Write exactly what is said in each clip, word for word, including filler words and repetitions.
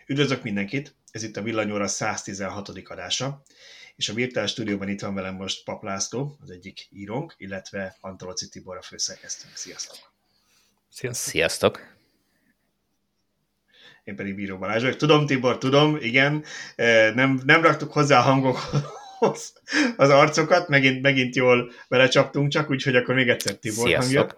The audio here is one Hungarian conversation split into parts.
Üdvözlök mindenkit, ez itt a Villanyóra száztizenhatodik adása, és a virtuális stúdióban itt van velem most Pap László, az egyik írónk, illetve Antoloczi Tibor, a főszerkesztőnk. Sziasztok! Sziasztok! Sziasztok! Én pedig Bíró Balázs vagyok. Tudom, Tibor, tudom, igen, nem, nem raktuk hozzá a hangokhoz az arcokat, megint, megint jól belecsaptunk csak, úgyhogy akkor még egyszer Tibor Sziasztok. hangja.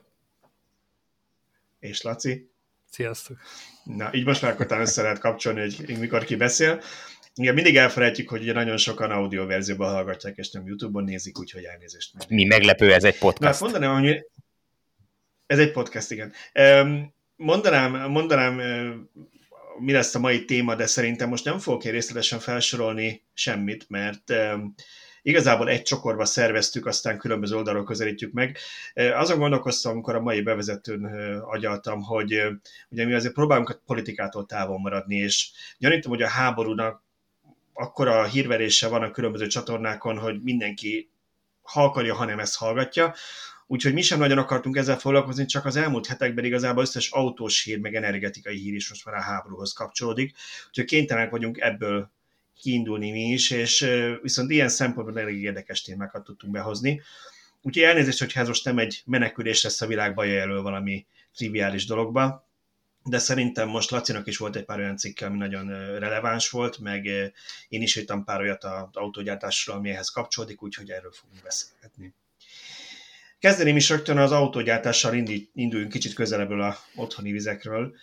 És Laci. Sziasztok! Na, így most már akkor talán össze lehet kapcsolni, hogy mikor ki beszél. Igen, mindig elfelejtjük, hogy ugye nagyon sokan audio verzióban hallgatják, és nem YouTube-on nézik, úgyhogy elnézést. Mi meglepő, ez egy podcast. Na, hát mondanám, hogy ez egy podcast, igen. Mondanám, mondanám, mi lesz a mai téma, de szerintem most nem fogok én részletesen felsorolni semmit, mert igazából egy csokorba szerveztük, aztán különböző oldalról közelítjük meg. Azon gondolkoztam, amikor a mai bevezetőn agyaltam, hogy ugye mi azért próbálunk a politikától távol maradni, és gyanítom, hogy a háborúnak akkora hírverése van a különböző csatornákon, hogy mindenki ha akarja, hanem ezt hallgatja. Úgyhogy mi sem nagyon akartunk ezzel foglalkozni, csak az elmúlt hetekben igazából összes autós hír, meg energetikai hír is most már a háborúhoz kapcsolódik. Úgyhogy kénytelenek vagyunk ebből kiindulni mi is, és viszont ilyen szempontból elég érdekes témákat tudtunk behozni. Úgyhogy elnézést, hogyha ez most nem egy menekülés lesz a világ baja elől valami triviális dologba, de szerintem most Lacinak is volt egy pár olyan cikke, ami nagyon releváns volt, meg én is írtam pár olyat az autógyártásról, ami ehhez kapcsolódik, úgyhogy erről fogunk beszélgetni. Kezdeném is rögtön az autógyártással, induljunk kicsit közelebbről a otthoni vizekről.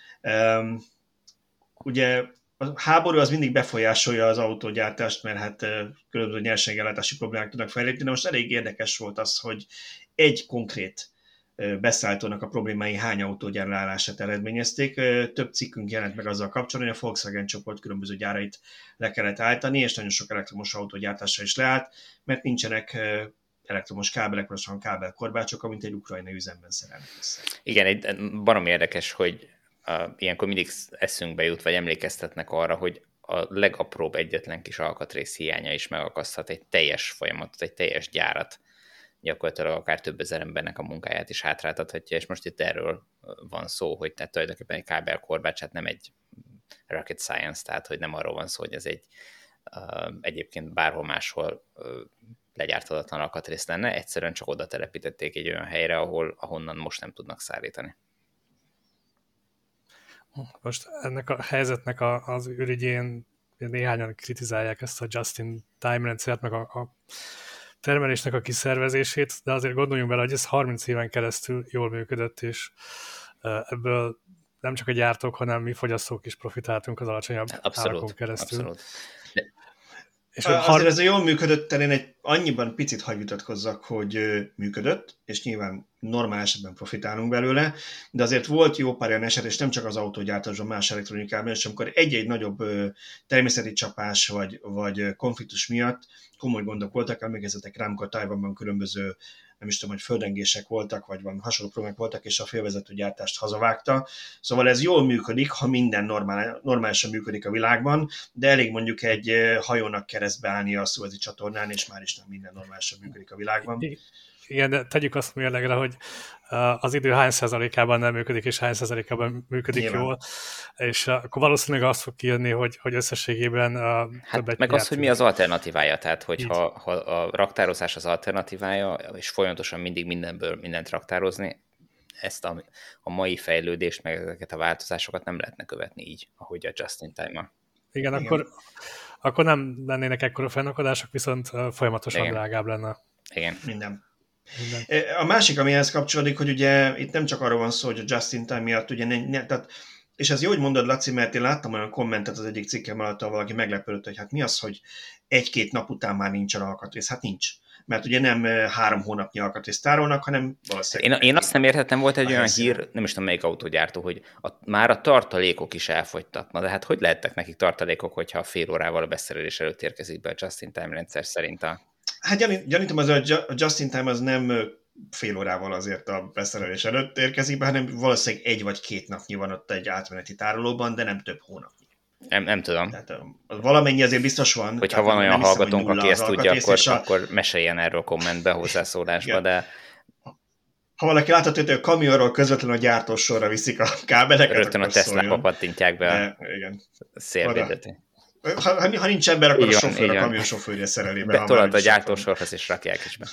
Ugye a háború az mindig befolyásolja az autógyártást, mert hát különböző nyerségellátási problémák tudnak fejlődni, de most elég érdekes volt az, hogy egy konkrét beszállítónak a problémái hány autógyár leállását eredményezték. Több cikkünk jelent meg azzal kapcsolatban, hogy a Volkswagen csoport különböző gyárait le kellett állítani, és nagyon sok elektromos autógyártása is leállt, mert nincsenek elektromos kábelek, vagy olyan kábelkorbácsok, amint egy ukrajnai üzemben szerelnek össze. Igen, egy baromi érdekes, hogy uh, ilyenkor mindig eszünkbe jut, vagy emlékeztetnek arra, hogy a legapróbb egyetlen kis alkatrész hiánya is megakaszthat egy teljes folyamatot, egy teljes gyárat, gyakorlatilag akár több ezer embernek a munkáját is hátráltathatja, és most itt erről van szó, hogy tehát tulajdonképpen egy kábelkorbács, hát nem egy rocket science, tehát hogy nem arról van szó, hogy ez egy uh, egyébként bárhol máshol uh, legyártatlan alkatrész lenne, egyszerűen csak oda telepítették egy olyan helyre, ahol, ahonnan most nem tudnak szállítani. Most ennek a helyzetnek a, az ürügyén néhányan kritizálják ezt a just-in-time rendszert, meg a, a termelésnek a kiszervezését, de azért gondoljunk bele, hogy ez harminc éven keresztül jól működött, és ebből nem csak a gyártók, hanem mi fogyasztók is profitáltunk az alacsonyabb abszolút, árakon keresztül. Abszolút. És azért har... ez a jól működött terén egy annyiban picit hagy vitatkozzak, hogy működött, és nyilván normál esetben profitálunk belőle, de azért volt jó pár olyan eset, és nem csak az autógyártásban, más elektronikában, és amikor egy-egy nagyobb természeti csapás vagy, vagy konfliktus miatt komoly gondok voltak, emlékezzetek rá, amikor Tajvanban különböző, nem is tudom, hogy földrengések voltak, vagy valami hasonló problémák voltak, és a félvezető gyártást hazavágta. Szóval ez jól működik, ha minden normál, normálisan működik a világban, de elég mondjuk egy hajónak keresztbe állni a Szuezi csatornán, és már is nem minden normálisan működik a világban. Igen, de tegyük azt mérlegre, hogy az idő hány százalékában nem működik, és hány százalékában működik Nyilván. jól, és akkor valószínűleg azt fog kijönni, hogy, hogy összességében hát többet meg az, hogy mi az alternatívája, tehát hogyha ha a raktározás az alternatívája, és folyamatosan mindig mindenből mindent raktározni, ezt a, a mai fejlődést, meg ezeket a változásokat nem lehetne követni így, ahogy a just-in-time-mal. Igen, Igen. Akkor, akkor nem lennének ekkora fennakadások, viszont folyamatosan Igen. drágább lenne. Igen. Minden. Minden. A másik, amihez kapcsolódik, hogy ugye itt nem csak arról van szó, hogy a just-in-time miatt, ugye ne, ne, tehát, és ez jó, hogy mondod, Laci, mert én láttam olyan kommentet az egyik cikkem alatt, ahol valaki meglepődött, hogy hát mi az, hogy egy-két nap után már nincsen alkatrész. Hát nincs. Mert ugye nem három hónapnyi alkatrészt tárolnak, hanem valószínűleg... Én, én azt nem értettem, volt egy olyan hír, nem is tudom melyik autógyártó, hogy a, már a tartalékok is elfogytak. Na de hát hogy lehettek nekik tartalékok, hogyha fél órával a beszerelés előtt érkezik be a just-in-time rendszer szerint a... Hát gyanítom, az a just-in-time az nem fél órával azért a beszerelés előtt érkezik be, hanem valószínűleg egy vagy két napnyi van ott egy átmeneti tárolóban, de nem több hónapnyi. Nem, nem tudom. Tehát valamennyi azért biztos van. Hogyha van olyan hallgatónk, aki ezt tudja, akkor, a... akkor meséljen erről kommentbe, hozzászólásba, de... Ha valaki látható, hogy a kamionról közvetlenül a gyártósorra viszik a kábeleket, rögtön a Teslába pattintják be De, a igen. szélvédőt. Ha, ha, ha nincs ember, akkor így a van, sofőr a kamion sofőrje szereli be. Betolod a gyártósorhoz, és rakják is be.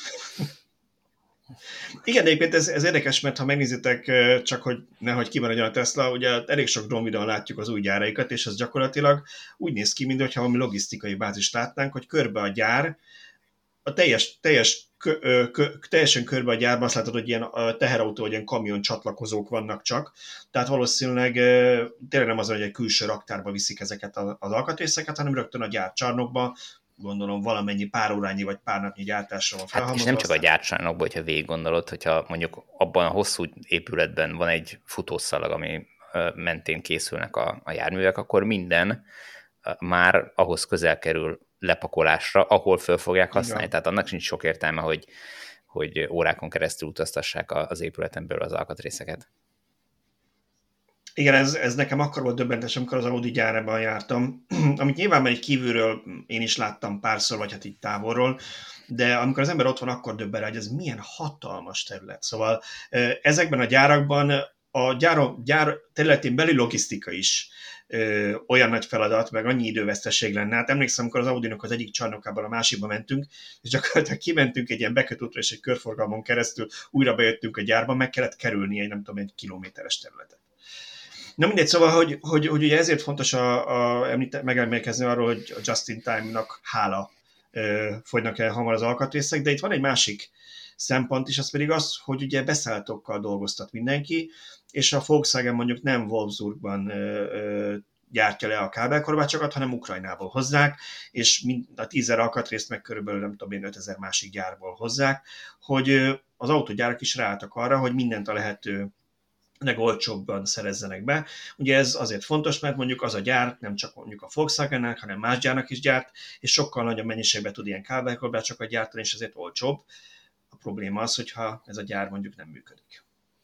Igen, de egyébként ez, ez érdekes, mert ha megnézitek, csak hogy nehogy kimaradjon a Tesla, ugye elég sok drón videón látjuk az új gyáraikat, és ez gyakorlatilag úgy néz ki, mintha valami logisztikai bázist látnánk, hogy körbe a gyár, a teljes, teljes kö, kö, teljesen körbe a gyárban azt látod, hogy ilyen a teherautó, vagy ilyen kamion csatlakozók vannak csak, tehát valószínűleg tényleg nem az, hogy egy külső raktárba viszik ezeket az alkatrészeket, hanem rögtön a gyárcsarnokba, gondolom valamennyi pár órányi vagy pár napnyi gyártásra van felhalmozva. Hát és nem csak a gyárcsarnokban, hogyha végig gondolod, hogyha mondjuk abban a hosszú épületben van egy futószalag, ami mentén készülnek a, a járművek, akkor minden már ahhoz közel kerül lepakolásra, ahol föl fogják használni. Igen. Tehát annak sincs sok értelme, hogy, hogy órákon keresztül utaztassák az épületen belül az alkatrészeket. Igen, ez, ez nekem akkor volt döbbentes, amikor az Audi gyárában jártam, amit nyilván már így kívülről én is láttam párszor, vagy hát így távolról, de amikor az ember ott van, akkor döbben rá, hogy ez milyen hatalmas terület. Szóval ezekben a gyárakban a gyár, gyár területén belül logisztika is ö, olyan nagy feladat, meg annyi időveszteség lenne. Hát emlékszem, amikor az Audinak az egyik csarnokában a másikba mentünk, és gyakorlatilag kimentünk egy ilyen bekötútra és egy körforgalmon keresztül, újra bejöttünk a gyárba, meg kellett kerülni egy nem tudom, egy kilométeres területet. Na mindegy, szóval, hogy, hogy, hogy ugye ezért fontos a, a, megemlékezni arról, hogy a just-in-time-nak hála ö, fogynak el hamar az alkatrészek, de itt van egy másik szempont is, az pedig az, hogy ugye beszállítókkal dolgoztat mindenki, és a Volkswagen mondjuk nem Wolfsburgban ö, ö, gyártja le a kábelkorbácsokat, hanem Ukrajnából hozzák, és a tízezer alkatrészt meg körülbelül nem tudom én ötezer másik gyárból hozzák, hogy az autógyárak is ráálltak arra, hogy mindent a lehető legolcsóbban szerezzenek be. Ugye ez azért fontos, mert mondjuk az a gyár nem csak mondjuk a Volkswagennek, hanem más gyárnak is gyárt, és sokkal nagyobb mennyiségben tud ilyen kábelkorbácsokat gyártani, és ezért olcsóbb. A probléma az, hogyha ez a gyár mondjuk nem működik.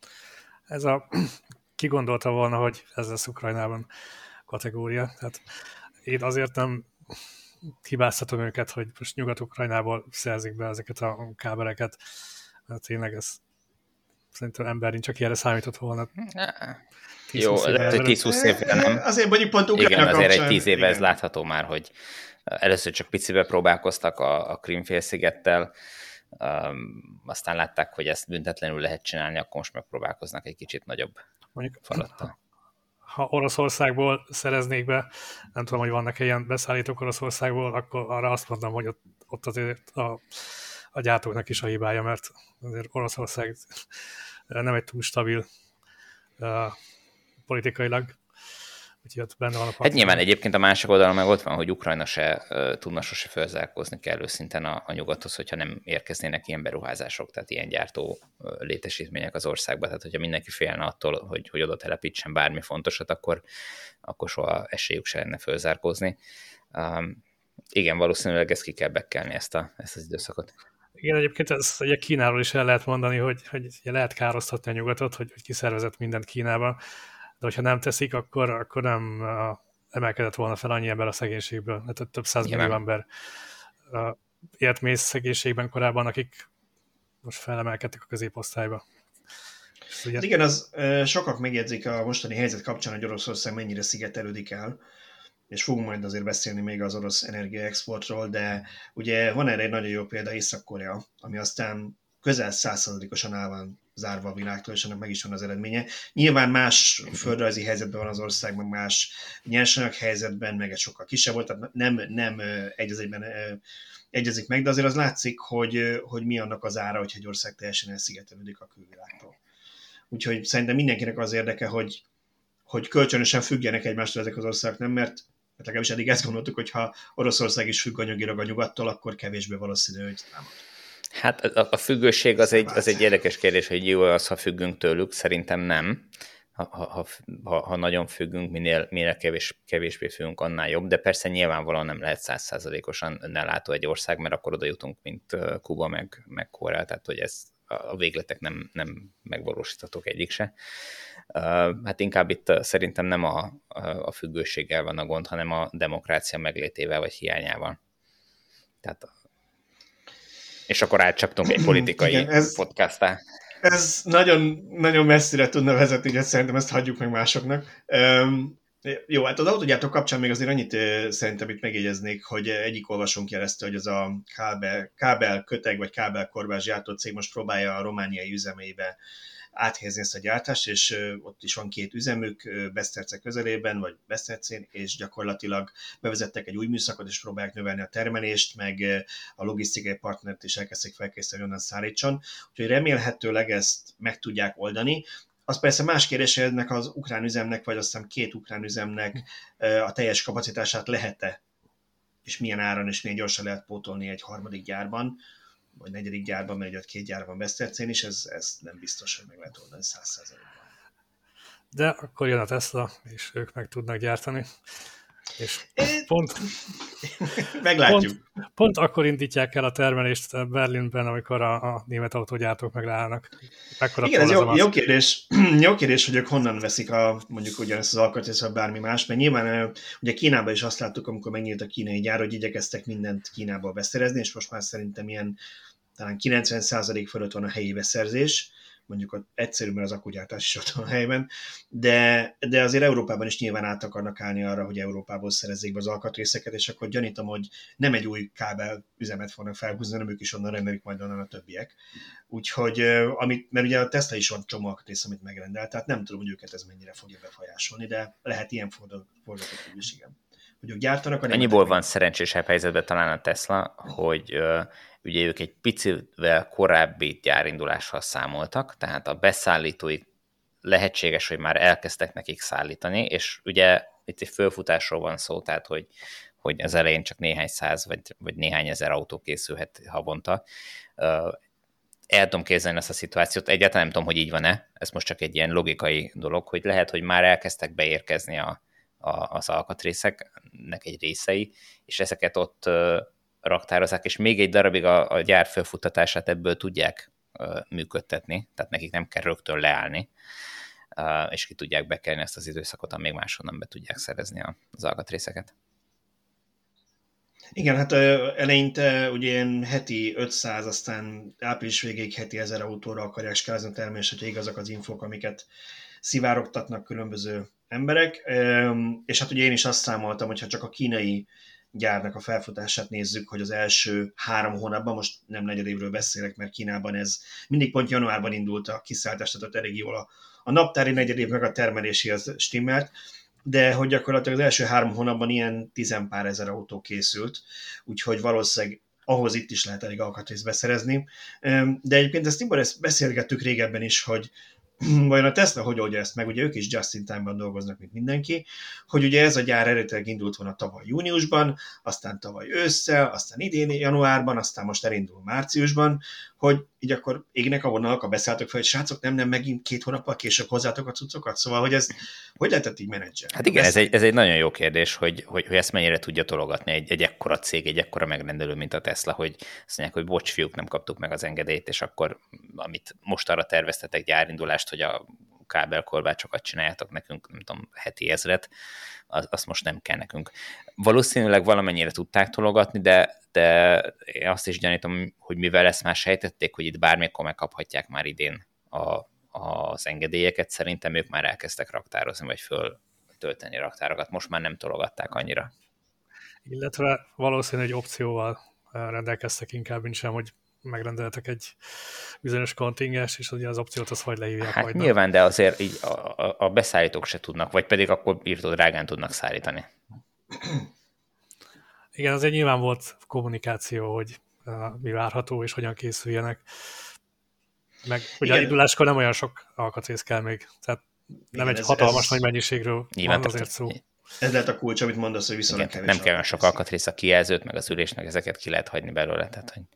Ez a ki gondolta volna, hogy ez lesz Ukrajnában kategória. Tehát én azért nem hibáztatom őket, hogy most Nyugat-Ukrajnából szerzik be ezeket a kábeleket. Hát tényleg ez szerintem ember nincs, aki erre számított volna. Jó, de tíz-húsz évre nem. Azért mondjuk pont Ukrajna igen, azért egy tíz éve ez látható már, hogy először csak picibe próbálkoztak a, a Krímfélszigettel, um, aztán látták, hogy ezt büntetlenül lehet csinálni, akkor most megpróbálkoznak egy kicsit nagyobb falattal. Ha Oroszországból szereznék be, nem tudom, hogy vannak ilyen beszállítók Oroszországból, akkor arra azt mondom, hogy ott, ott azért a, a gyártóknak is a hibája, mert azért Oroszország nem egy túl stabil uh, politikailag, úgyhogy ott benne van a hát nyilván egyébként a másik oldalon meg ott van, hogy Ukrajna se uh, tudna sose felzárkózni kellő szinten a, a nyugathoz, hogyha nem érkeznének ilyen beruházások, tehát ilyen gyártó uh, létesítmények az országba. Tehát hogyha mindenki félne attól, hogy, hogy oda telepítsen bármi fontosat, akkor, akkor soha esélyük se lenne felzárkózni. Um, igen, valószínűleg ezt ki kell bekkelni, ezt, a, ezt az időszakot. Igen, egyébként ez ugye Kínáról is el lehet mondani, hogy, hogy lehet károsztatni a nyugatot, hogy, hogy kiszervezett mindent Kínában, de hogyha nem teszik, akkor, akkor nem uh, emelkedett volna fel annyi ember a szegénységből. Hát több százmillió ember uh, élt mély szegénységben korábban, akik most felemelkedtek a középosztályba. Ugye... Igen, az uh, sokak megjegyzik a mostani helyzet kapcsán, hogy Oroszország mennyire szigetelődik el, és fogunk majd azért beszélni még az orosz energiaexportról, de ugye van erre egy nagyon jó példa, Észak-Korea, ami aztán közel száz százalékosan el van zárva a világtól, és annak meg is van az eredménye. Nyilván más földrajzi helyzetben van az ország, meg más nyersanyag helyzetben, meg egy sokkal kisebb volt, tehát nem, nem egy az egyben egyezik meg, de azért az látszik, hogy, hogy mi annak az ára, hogyha egy ország teljesen elszigetelődik a külvilágtól. Úgyhogy szerintem mindenkinek az érdeke, hogy, hogy kölcsönösen függjenek egymástól ezek az országok, nem, mert mert legalábbis eddig ezt gondoltuk, hogy ha Oroszország is függ anyagilag a nyugattól, akkor kevésbé valószínű, hogy támad. Hát a, a függőség az egy, az egy érdekes kérdés, hogy jó az, ha függünk tőlük, szerintem nem. Ha, ha, ha, ha nagyon függünk, minél, minél kevés, kevésbé függünk, annál jobb, de persze nyilvánvalóan nem lehet száz százalékosan önnellátó egy ország, mert akkor oda jutunk, mint Kuba meg, meg Korea, tehát hogy ez a végletek nem, nem megvalósíthatók egyik se. Hát inkább itt szerintem nem a, a függőséggel van a gond, hanem a demokrácia meglétével vagy hiányával. Tehát, és akkor átcsaptunk egy politikai igen, ez, podcasttá. Ez nagyon, nagyon messzire tudna vezetni, hogy szerintem ezt hagyjuk meg másoknak. Um, jó, hát az autógyártók kapcsán még azért annyit uh, szerintem itt megjegyeznék, hogy egyik olvasónk jelezte, hogy az a kábel, kábel köteg vagy kábelkorvás gyártó cég most próbálja a romániai üzemeibe áthelyezni ezt a gyártást, és uh, ott is van két üzemük, uh, Beszterce közelében, vagy Besztercén, és gyakorlatilag bevezettek egy új műszakot, és próbálják növelni a termelést, meg uh, a logisztikai partnert is elkezdték felkészíteni, hogy onnan szállítson. Úgyhogy remélhetőleg ezt meg tudják oldani. Az persze más kérdés, hogy ennek az ukrán üzemnek, vagy azt hiszem két ukrán üzemnek uh, a teljes kapacitását lehet-e, és milyen áron és milyen gyorsan lehet pótolni egy harmadik gyárban, vagy negyedik gyárban, mert ugye két gyárban Besztercén is, ez, ez nem biztos, hogy meg lehet oldani száz százalékban. De akkor jön a Tesla, és ők meg tudnak gyártani. És é... pont, meglátjuk. Pont, pont akkor indítják el a termelést Berlinben, amikor a, a német autógyártók meglállnak. Mekkora Igen, ez jó, jó, kérdés, jó kérdés, hogy ők honnan veszik a, mondjuk ugyanezt az alkatrészet, vagy bármi más, mert nyilván ugye Kínában is azt láttuk, amikor megnyílt a kínai gyár, hogy igyekeztek mindent Kínából beszerezni, és most már szerintem ilyen talán kilencven százalék fölött van a helyi beszerzés, mondjuk ott egyszerű, mert az akkugyártás is ott van a helyben, de, de azért Európában is nyilván át akarnak állni arra, hogy Európából szerezzék be az alkatrészeket, és akkor gyanítom, hogy nem egy új kábel üzemet fognak felhúzni, hanem ők is onnan rendelik majd onnan a többiek. Úgyhogy, amit, mert ugye a Tesla is van csomó alkatrész, amit megrendel, tehát nem tudom, hogy őket ez mennyire fogja befolyásolni, de lehet ilyen forgatókönyv is, igen. Hogy ők gyártanak. Annyiból van szerencsésebb helyzetben talán a Tesla, hogy ugye ők egy picivel korábbi gyárindulással számoltak, tehát a beszállítói lehetséges, hogy már elkezdtek nekik szállítani, és ugye itt egy fölfutásról van szó, tehát hogy, hogy az elején csak néhány száz vagy, vagy néhány ezer autó készülhet havonta. El tudom képzelni ezt a szituációt, egyáltalán nem tudom, hogy így van-e, ez most csak egy ilyen logikai dolog, hogy lehet, hogy már elkezdtek beérkezni a, a, az alkatrészeknek egy részei, és ezeket ott raktározzák, és még egy darabig a, a gyár fölfuttatását ebből tudják uh, működtetni, tehát nekik nem kell rögtön leállni, uh, és ki tudják bekelni ezt az időszakot, amíg máshonnan be tudják szerezni a, az alkatrészeket. Igen, hát uh, eleinte ugye ilyen heti ötszáz, aztán április végéig heti ezer autóra akarják skálázni a termelést, hogyha igazak az infók, amiket szivárogtatnak különböző emberek, um, és hát ugye én is azt számoltam, hogyha csak a kínai gyárnak a felfutását nézzük, hogy az első három hónapban, most nem negyedévről beszélek, mert Kínában ez mindig pont januárban indult a kiszállítás, tehát ott elég jól a, a naptári negyedév meg a termelési az stimmelt, de hogy gyakorlatilag az első három hónapban ilyen tizenpár ezer autó készült, úgyhogy valószínűleg ahhoz itt is lehet elég alkatrészt beszerezni. De egyébként ezt Tibor, ezt beszélgettük régebben is, hogy vajon a Tesla hogy oldja ezt meg, ugye ők is just in time-ban dolgoznak, mint mindenki, hogy ugye ez a gyár eredetileg indult volna tavaly júniusban, aztán tavaly ősszel, aztán idén januárban, aztán most elindul márciusban, hogy így akkor égnek a vonalak, a beszálltok fel, hogy srácok, nem, nem, megint két hónappal később hozzátok a cuccokat, szóval, hogy ez hogy lehetett így menedzselni? Hát igen, ez egy, ez egy nagyon jó kérdés, hogy, hogy, hogy ezt mennyire tudja tologatni egy, egy ekkora cég, egy ekkora megrendelő, mint a Tesla, hogy azt mondják, hogy bocs, fiúk, nem kaptuk meg az engedélyt, és akkor, amit most arra terveztetek gyárindulást, hogy a kábelkorbácsokat csináljátok nekünk, nem tudom, heti ezret, az, azt most nem kell nekünk. Valószínűleg valamennyire tudták tologatni, de, de én azt is gyanítom, hogy mivel ezt már sejtették, hogy itt bármikor megkaphatják már idén a, az engedélyeket, szerintem ők már elkezdtek raktározni, vagy föltölteni raktárokat. Most már nem tologatták annyira. Illetve valószínűleg egy opcióval rendelkeztek inkább, mint sem, hogy megrendeltek egy bizonyos kontingens, és ugye az opciót azt vagy lehívják, hát vagy nyilván, nem. De azért így a, a, a beszállítók se tudnak, vagy pedig akkor írtó drágán tudnak szállítani. Igen, azért nyilván volt kommunikáció, hogy uh, mi várható, és hogyan készüljenek. Meg ugye a induláskor nem olyan sok alkatrész kell még, tehát nem igen, egy ez, hatalmas ez... nagy mennyiségről nyilván van azért szó. Ez lehet a kulcs, amit mondasz, hogy viszonylag kevés. Nem kell olyan sok alkatrész, a kijelzőt, meg az ülésnek, ezeket ki lehet hagyni belőle. Tehát, hogy...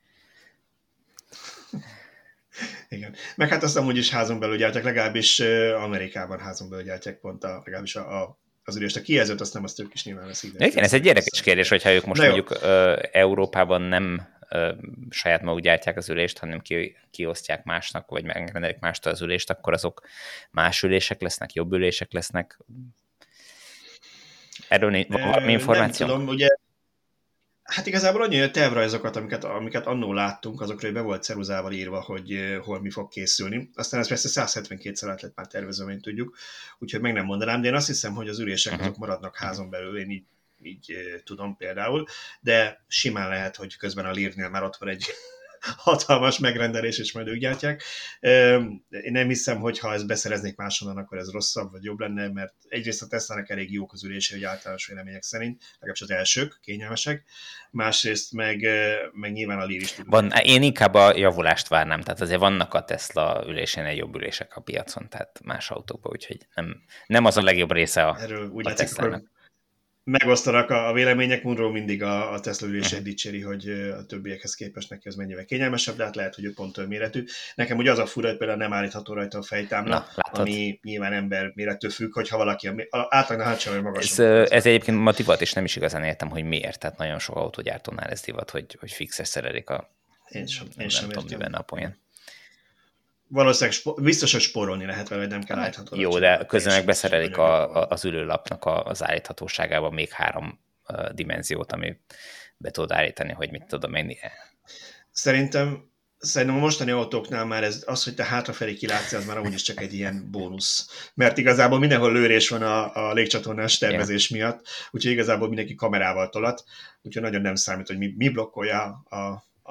Igen. Meg hát azt amúgy is házon belül gyártják, legalábbis Amerikában házon belül gyártják pont a, legalábbis a, a, az ülést. A kijelzőt azt nem, azt ők is nyilván veszik. Igen, ez egy érdekes kérdés, hogyha ők most mondjuk uh, Európában nem uh, saját maguk gyártják az ülést, hanem ki, kiosztják másnak, vagy megrendelik mástól az ülést, akkor azok más ülések lesznek, jobb ülések lesznek. Erről van valami információ? Nem tudom, ugye hát igazából annyi a tervrajzokat, amiket, amiket annól láttunk, azokról be volt ceruzával írva, hogy hol mi fog készülni. Aztán ez persze száz hetvenkétszer át lett már tervezve, mint tudjuk, úgyhogy meg nem mondanám, de én azt hiszem, hogy az ülések uh-huh. azok maradnak házon belül, én így, így tudom például, de simán lehet, hogy közben a Learnél már ott van egy hatalmas megrendelés, és majd ők gyártják. Én nem hiszem, hogy ha ezt beszereznék máshonnan, akkor ez rosszabb, vagy jobb lenne, mert egyrészt a Teslának elég jók az ülései, hogy általános vélemények szerint, legalábbis az elsők, kényelmesek, másrészt meg, meg nyilván a Lear is tud. Van, én inkább a javulást várnám, tehát azért vannak a Tesla ülésénél jobb ülések a piacon, tehát más autókban, úgyhogy nem, nem az a legjobb része a, Erről úgy a látszik, Teslának. Megosztanak a, a vélemények, Munro mindig a, a Tesla ülését dicséri, hogy a többiekhez képest neki az mennyivel kényelmesebb, de hát lehet, hogy ő pont olyan méretű. Nekem ugye az a fura, hogy például nem állítható rajta a fejtámla, Na, ami nyilván ember mérettől függ, hogyha valaki a, a, átlag a hátsó magasabb. Ez, ez egyébként ma divat, és nem is igazán értem, hogy miért. Tehát nagyon sok autógyártónál ez divat, hogy, hogy fixes szerelik a... Én sem, én nem, sem nem értem. tudom, mi benne a poén. Valószínűleg spo- biztos, hogy spórolni lehet vele, hogy nem kell állítható. Jó, de közben meg beszerelik a, a, az ülőlapnak az állíthatóságába még három uh, dimenziót, ami be tud állítani, hogy mit tudom én. Szerintem, szerintem a mostani autóknál már ez, az, hogy te hátrafelé kilátsz, az már úgyis csak egy ilyen bónusz. Mert igazából mindenhol lőrés van a, a légcsatornás tervezés yeah. miatt, úgyhogy igazából mindenki kamerával tolat, úgyhogy nagyon nem számít, hogy mi, mi blokkolja a,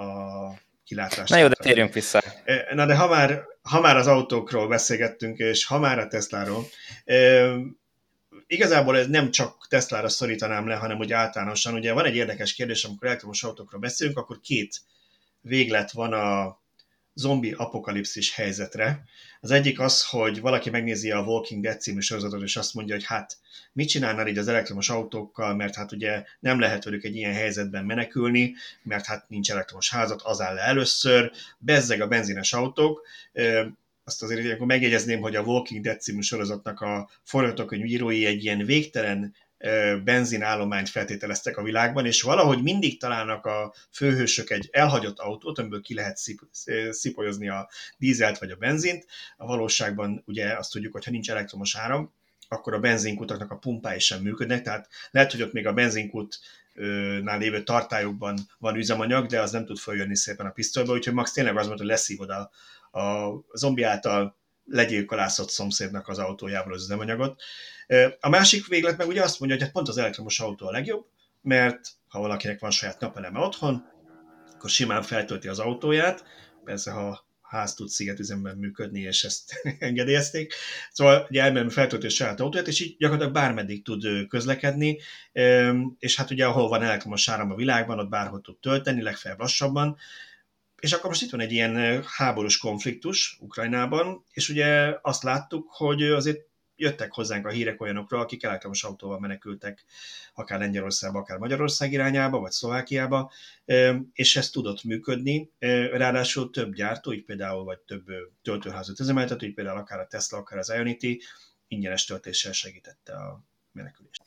a kilátást. Na jó, de térjünk vissza. Na de ha már, ha már az autókról beszélgettünk, és ha már a Tesláról, eh, igazából ez nem csak Teslára szorítanám le, hanem úgy általánosan. Ugye van egy érdekes kérdés, amikor elektromos autókról beszélünk, akkor két véglet van a zombi apokalipszis helyzetre. Az egyik az, hogy valaki megnézi a Walking Dead című sorozatot, és azt mondja, hogy hát mit csinálnál így az elektromos autókkal, mert hát ugye nem lehet velük egy ilyen helyzetben menekülni, mert hát nincs elektromos házat, az áll le először, bezzeg a benzines autók. Azt azért ilyenkor megjegyezném, hogy a Walking Dead című sorozatnak a forgatókönyvírói egy ilyen végtelen benzinállományt feltételeztek a világban, és valahogy mindig találnak a főhősök egy elhagyott autót, amiből ki lehet szip- szipolyozni a dízelt vagy a benzint. A valóságban ugye azt tudjuk, hogy ha nincs elektromos áram, akkor a benzinkutaknak a pumpái sem működnek, tehát lehet, hogy ott még a benzinkútnál lévő tartályokban van üzemanyag, de az nem tud följönni szépen a pisztolyba, úgyhogy max tényleg az mondta, hogy leszívod a, a zombi által legyilkolászott szomszédnak az autójából az üzemanyagot. A másik véglet meg ugye azt mondja, hogy hát pont az elektromos autó a legjobb, mert ha valakinek van saját napeleme otthon, akkor simán feltölti az autóját, persze ha ház tud szigetüzemben működni, és ezt engedélyezték. Szóval ugye elmenni feltölti a saját autóját, és így gyakorlatilag bármeddig tud közlekedni, és hát ugye ahol van elektromos áram a világban, ott bárhol tud tölteni, legfeljebb lassabban. És akkor most itt van egy ilyen háborús konfliktus Ukrajnában, és ugye azt láttuk, hogy azért jöttek hozzánk a hírek olyanokról, akik elektromos autóval menekültek, akár Lengyelországba, akár Magyarország irányába, vagy Szlovákiába, és ez tudott működni. Ráadásul több gyártó, így például, vagy több töltőházat üzemeltető, így például akár a Tesla, akár az Ionity ingyenes töltéssel segítette a menekülést.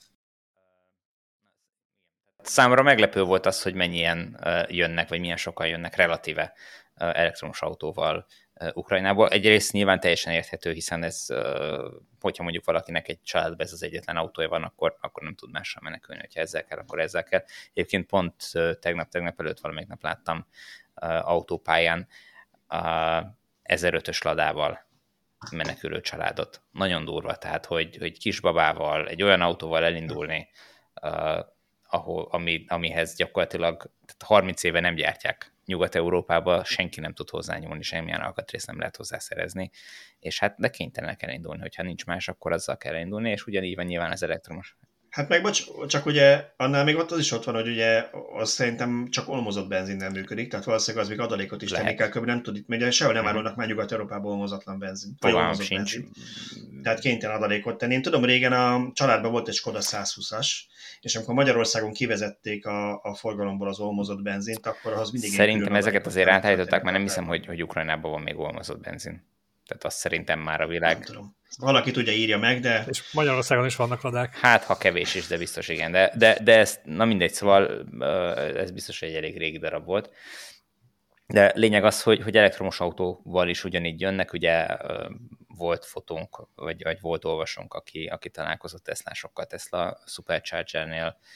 Számomra meglepő volt az, hogy mennyien jönnek, vagy milyen sokan jönnek relatíve elektromos autóval Ukrajnából. Egyrészt nyilván teljesen érthető, hiszen ez, hogyha mondjuk valakinek egy családban ez az egyetlen autója van, akkor, akkor nem tud mással menekülni, hogyha ezzel kell, akkor ezzel kell. Egyébként pont tegnap-tegnap előtt valamelyik nap láttam autópályán ezerötös ladával menekülő családot. Nagyon durva, tehát, hogy, hogy kisbabával, egy olyan autóval elindulni, ahol, ami, amihez gyakorlatilag tehát harminc éve nem gyártják Nyugat-Európában, senki nem tud hozzányúlni, semmilyen alkatrészt nem lehet hozzászerezni, és hát de kénytelen kell indulni, hogyha nincs más, akkor azzal kell indulni, és ugyanígy van nyilván az elektromos. Hát meg bocs, csak ugye annál még ott az is ott van, hogy ugye az szerintem csak olmozott benzinnel működik, tehát valószínűleg az még adalékot is tenni kell, köbben nem tud itt, mert sehol nem árulnak már Nyugat-Európában olmozatlan benzin. Vagy olmozott benzin. Tehát kénytelen adalékot tenni. Én tudom, régen a családban volt egy Skoda száz húszas, és amikor Magyarországon kivezették a, a forgalomból az olmozott benzint, akkor az mindig... Szerintem ezeket azért átállították, mert nem hiszem, hogy, hogy Ukrajnában van még olmozott benzin. Tehát azt szerintem már a világ... Nem tudom. Valaki tudja, írja meg, de... És Magyarországon is vannak ladák. Hát, ha kevés is, de biztos igen. De, de, de ez, na mindegy, szóval ez biztos, hogy egy elég régi darab volt. De lényeg az, hogy, hogy elektromos autóval is ugyanígy jönnek. Ugye volt fotónk, vagy, vagy volt olvasónk, aki, aki találkozott Teslásokkal, Tesla Superchargernél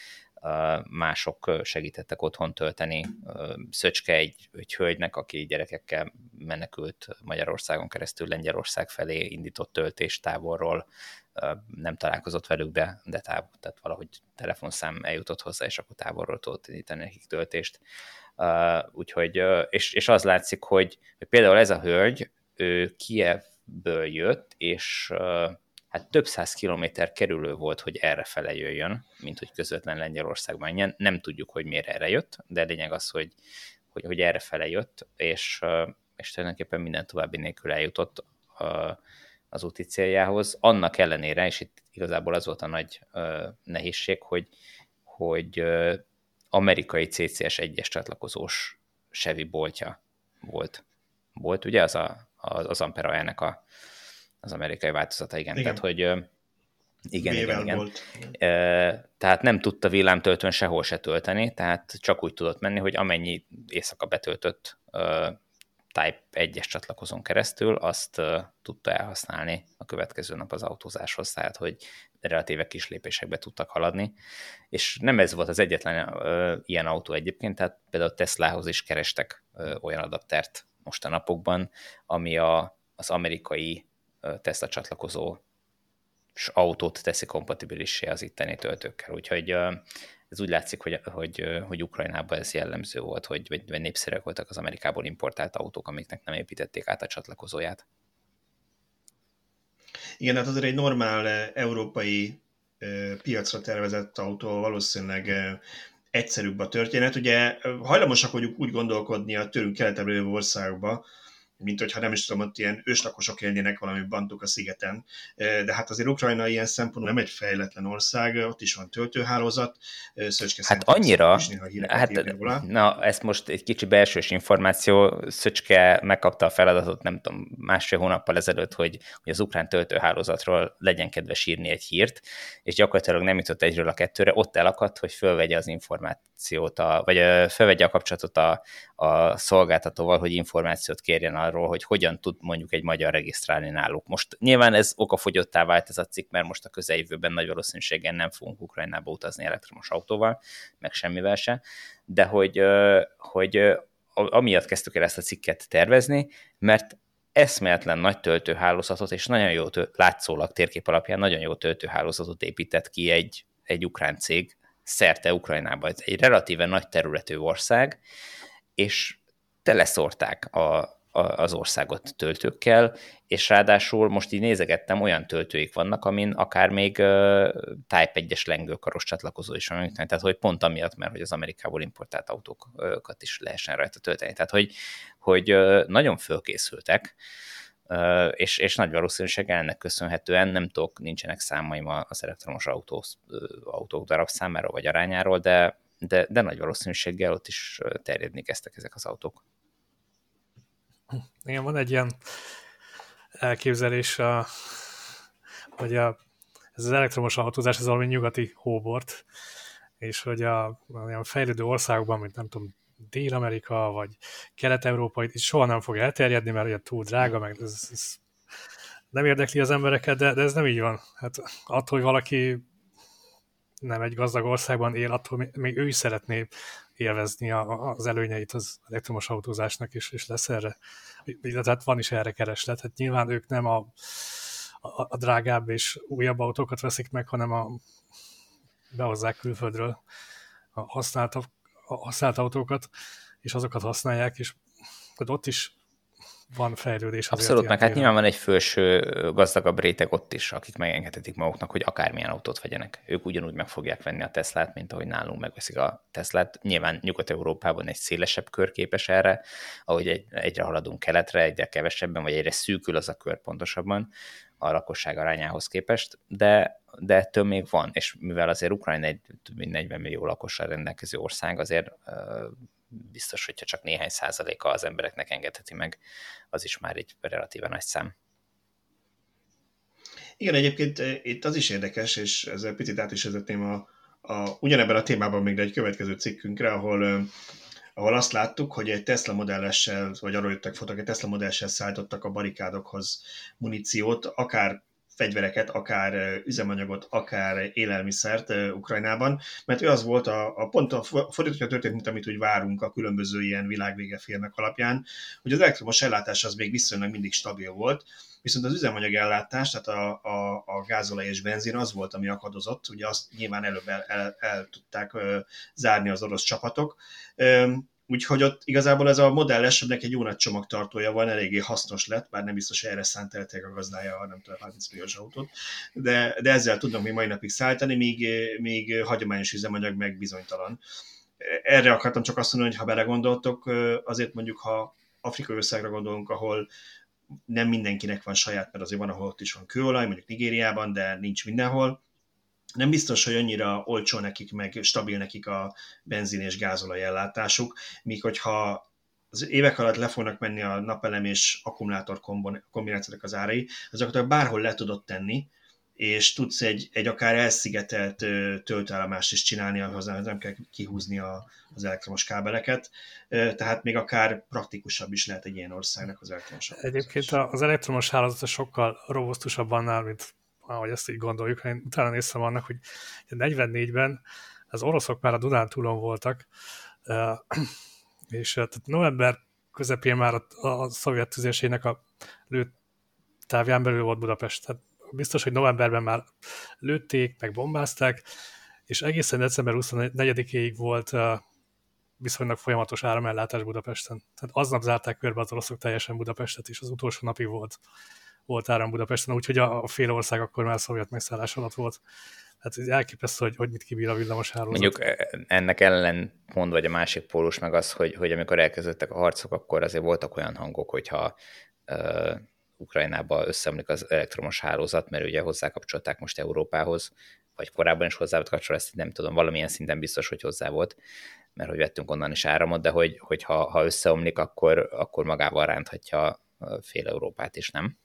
mások segítettek otthon tölteni. Szöcske egy, egy hölgynek, aki gyerekekkel menekült Magyarországon keresztül Lengyelország felé, indított töltést távolról, nem találkozott velük, de, de távol, tehát valahogy telefonszám eljutott hozzá, és akkor távolról tudott indítani nekik töltést. Úgyhogy, és, és az látszik, hogy, hogy például ez a hölgy, ő Kijevből jött, és hát több száz kilométer kerülő volt, hogy errefele jöjjön, mint hogy közvetlen Lengyelországban. Nem tudjuk, hogy miért erre jött, de lényeg az, hogy, hogy, hogy errefele jött, és, és tulajdonképpen minden további nélkül eljutott az úti céljához. Annak ellenére, és itt igazából az volt a nagy nehézség, hogy, hogy amerikai cé cé es egyes csatlakozós Chevy boltja volt. Volt, ugye, az a, az Ampere-nek a az amerikai változata, igen. igen. Tehát, hogy igen, igen, igen. Volt. Tehát nem tudta villámtöltőn sehol se tölteni, tehát csak úgy tudott menni, hogy amennyi éjszaka betöltött Type egyes csatlakozón keresztül, azt tudta elhasználni a következő nap az autózáshoz, tehát, hogy relatíve kis lépésekbe tudtak haladni. És nem ez volt az egyetlen ilyen autó egyébként, tehát például Teslához is kerestek olyan adaptert most a napokban, ami a, az amerikai Tesla csatlakozó autót teszi kompatibilissé az itteni töltőkkel. Úgyhogy ez úgy látszik, hogy, hogy, hogy Ukrajnában ez jellemző volt, hogy vagy, vagy népszerűek voltak az Amerikából importált autók, amiknek nem építették át a csatlakozóját. Igen, hát azért egy normál európai piacra tervezett autó valószínűleg egyszerűbb a történet. Ugye hajlamosak vagyunk úgy gondolkodni a tőlünk keletebbre jövő országba, mint hogyha nem is tudom, ott ilyen őslakosok élnének valami bantuk a szigeten. De hát azért Ukrajna ilyen szempontból nem egy fejletlen ország, ott is van töltőhálózat. Szöcske hát annyira, hát, na ezt most egy kicsi belsős információ, Szöcske megkapta a feladatot, nem tudom, másfél hónappal ezelőtt, hogy, hogy az ukrán töltőhálózatról legyen kedves írni egy hírt, és gyakorlatilag nem jutott egyről a kettőre, ott elakadt, hogy fölvegye az információt, a, vagy fölvegye a kapcsolatot a, a szolgáltatóval, hogy információt kérjen arról, hogy hogyan tud mondjuk egy magyar regisztrálni náluk. Most nyilván ez okafogyottá vált ez a cikk, mert most a közeljövőben nagy valószínűséggel nem fogunk Ukrajnába utazni elektromos autóval, meg semmivel se, de hogy, hogy amiatt kezdtük el ezt a cikket tervezni, mert eszméletlen nagy töltőhálózatot, és nagyon jó tő, látszólag térkép alapján nagyon jó töltőhálózatot épített ki egy, egy ukrán cég szerte Ukrajnába. Ez egy relatíve nagy területű ország, és teleszórták a az országot töltőkkel, és ráadásul most így nézegettem, olyan töltőik vannak, amin akár még uh, Type egyes lengőkaros csatlakozó is van, tehát hogy pont amiatt, mert hogy az Amerikából importált autókat is lehessen rajta tölteni. Tehát, hogy, hogy uh, nagyon fölkészültek, uh, és, és nagy valószínűséggel ennek köszönhetően, nem tudok, nincsenek számaim az elektromos autó, uh, autók darabszámáról vagy arányáról, de, de, de nagy valószínűséggel ott is terjedni kezdtek ezek az autók. Igen, van egy ilyen elképzelés, a, hogy a, ez az elektromos autózás, ez valami nyugati hóbort, és hogy a olyan fejlődő országokban, mint nem tudom, Dél-Amerika, vagy Kelet-Európa, itt soha nem fog elterjedni, mert ugye túl drága, meg ez, ez nem érdekli az embereket, de, de ez nem így van. Hát attól, hogy valaki nem egy gazdag országban él, attól még ő is szeretné élvezni a, az előnyeit az elektromos autózásnak, és, és lesz erre, illetve hát van is erre kereslet. Hát nyilván ők nem a, a, a drágább és újabb autókat veszik meg, hanem a, behozzák külföldről a használt, a használt autókat, és azokat használják, és ott is van fejlődés. Abszolút, meg hát nyilván van egy felső gazdagabb réteg ott is, akik megengedhetik maguknak, hogy akármilyen autót vegyenek. Ők ugyanúgy meg fogják venni a Teslát, mint ahogy nálunk megveszik a Teslát. Nyilván Nyugat-Európában egy szélesebb kör képes erre, ahogy egy, egyre haladunk keletre, egyre kevesebben, vagy egyre szűkül az a kör pontosabban a lakosság arányához képest, de, de ettől még van, és mivel azért Ukrajna egy több mint negyven millió lakossal rendelkező ország, azért biztos, hogyha csak néhány százaléka az embereknek engedheti meg, az is már egy relatíve nagy szám. Igen, egyébként itt az is érdekes, és ezzel picit át is vezetném a, a, ugyanebben a témában még egy következő cikkünkre, ahol, ahol azt láttuk, hogy egy Tesla modellessel, vagy arról jöttek fotók, egy Tesla modellessel szállítottak a barikádokhoz muníciót, akár fegyvereket, akár üzemanyagot, akár élelmiszert Ukrajnában, mert ő az volt a, a pont a fordítottja történt, mint amit úgy várunk a különböző ilyen világvége filmek alapján, hogy az elektromos ellátás az még viszonylag mindig stabil volt, viszont az üzemanyag ellátás, tehát a, a, a gázolaj és benzin az volt, ami akadozott, ugye azt nyilván előbb el, el, el tudták ö, zárni az orosz csapatok. Ö, Úgyhogy ott igazából ez a modell esetleg egy jó nagy csomagtartója van, eléggé hasznos lett, bár nem biztos, hogy erre szántelték a gazdája a nem tudom, harminc milliós autót, de, de ezzel tudnak még mai napig szállítani, míg, míg hagyományos üzemanyag meg bizonytalan. Erre akartam csak azt mondani, hogy ha belegondoltok, azért mondjuk, ha afrikai országra gondolunk, ahol nem mindenkinek van saját, mert azért van, ahol ott is van kőolaj, mondjuk Nigériában, de nincs mindenhol, nem biztos, hogy annyira olcsó nekik, meg stabil nekik a benzin és gázolaj ellátásuk, míg hogyha az évek alatt le fognak menni a napelem és akkumulátor kombinációk az árai, azokat bárhol le tudod tenni, és tudsz egy, egy akár elszigetelt töltőállomást is csinálni, ahhoz nem kell kihúzni a, az elektromos kábeleket, tehát még akár praktikusabb is lehet egy ilyen országnak az elektromos hálózat. Egyébként az elektromos hálózat sokkal robusztusabb annál, mint ahogy ezt így gondoljuk. Én utána néztem annak, hogy negyvennégyben az oroszok már a Dunántúlon voltak, és tehát november közepén már a, a szovjet tüzérségnek a lőtávján belül volt Budapest. Tehát biztos, hogy novemberben már lőtték, meg bombázták, és egészen december huszonnegyedikéig volt viszonylag folyamatos áramellátás Budapesten. Tehát aznap zárták körbe az oroszok teljesen Budapestet, és az utolsó napig volt, volt áram Budapesten, úgyhogy a, a fél ország akkor már szovjet megszállás alatt volt. Hát elképesztő, hogy, hogy mit kibír a villamos hálózat. Mondjuk ennek ellentmond, vagy a másik pólus meg az, hogy, hogy amikor elkezdődtek a harcok, akkor azért voltak olyan hangok, hogyha uh, Ukrajnában összeomlik az elektromos hálózat, mert ugye hozzákapcsolták most Európához, vagy korábban is hozzá volt kapcsolva, ezt nem tudom, valamilyen szinten biztos, hogy hozzá volt, mert hogy vettünk onnan is áramot, de hogy, hogy ha, ha összeomlik, akkor, akkor magával ránthatja fél Európát is, nem?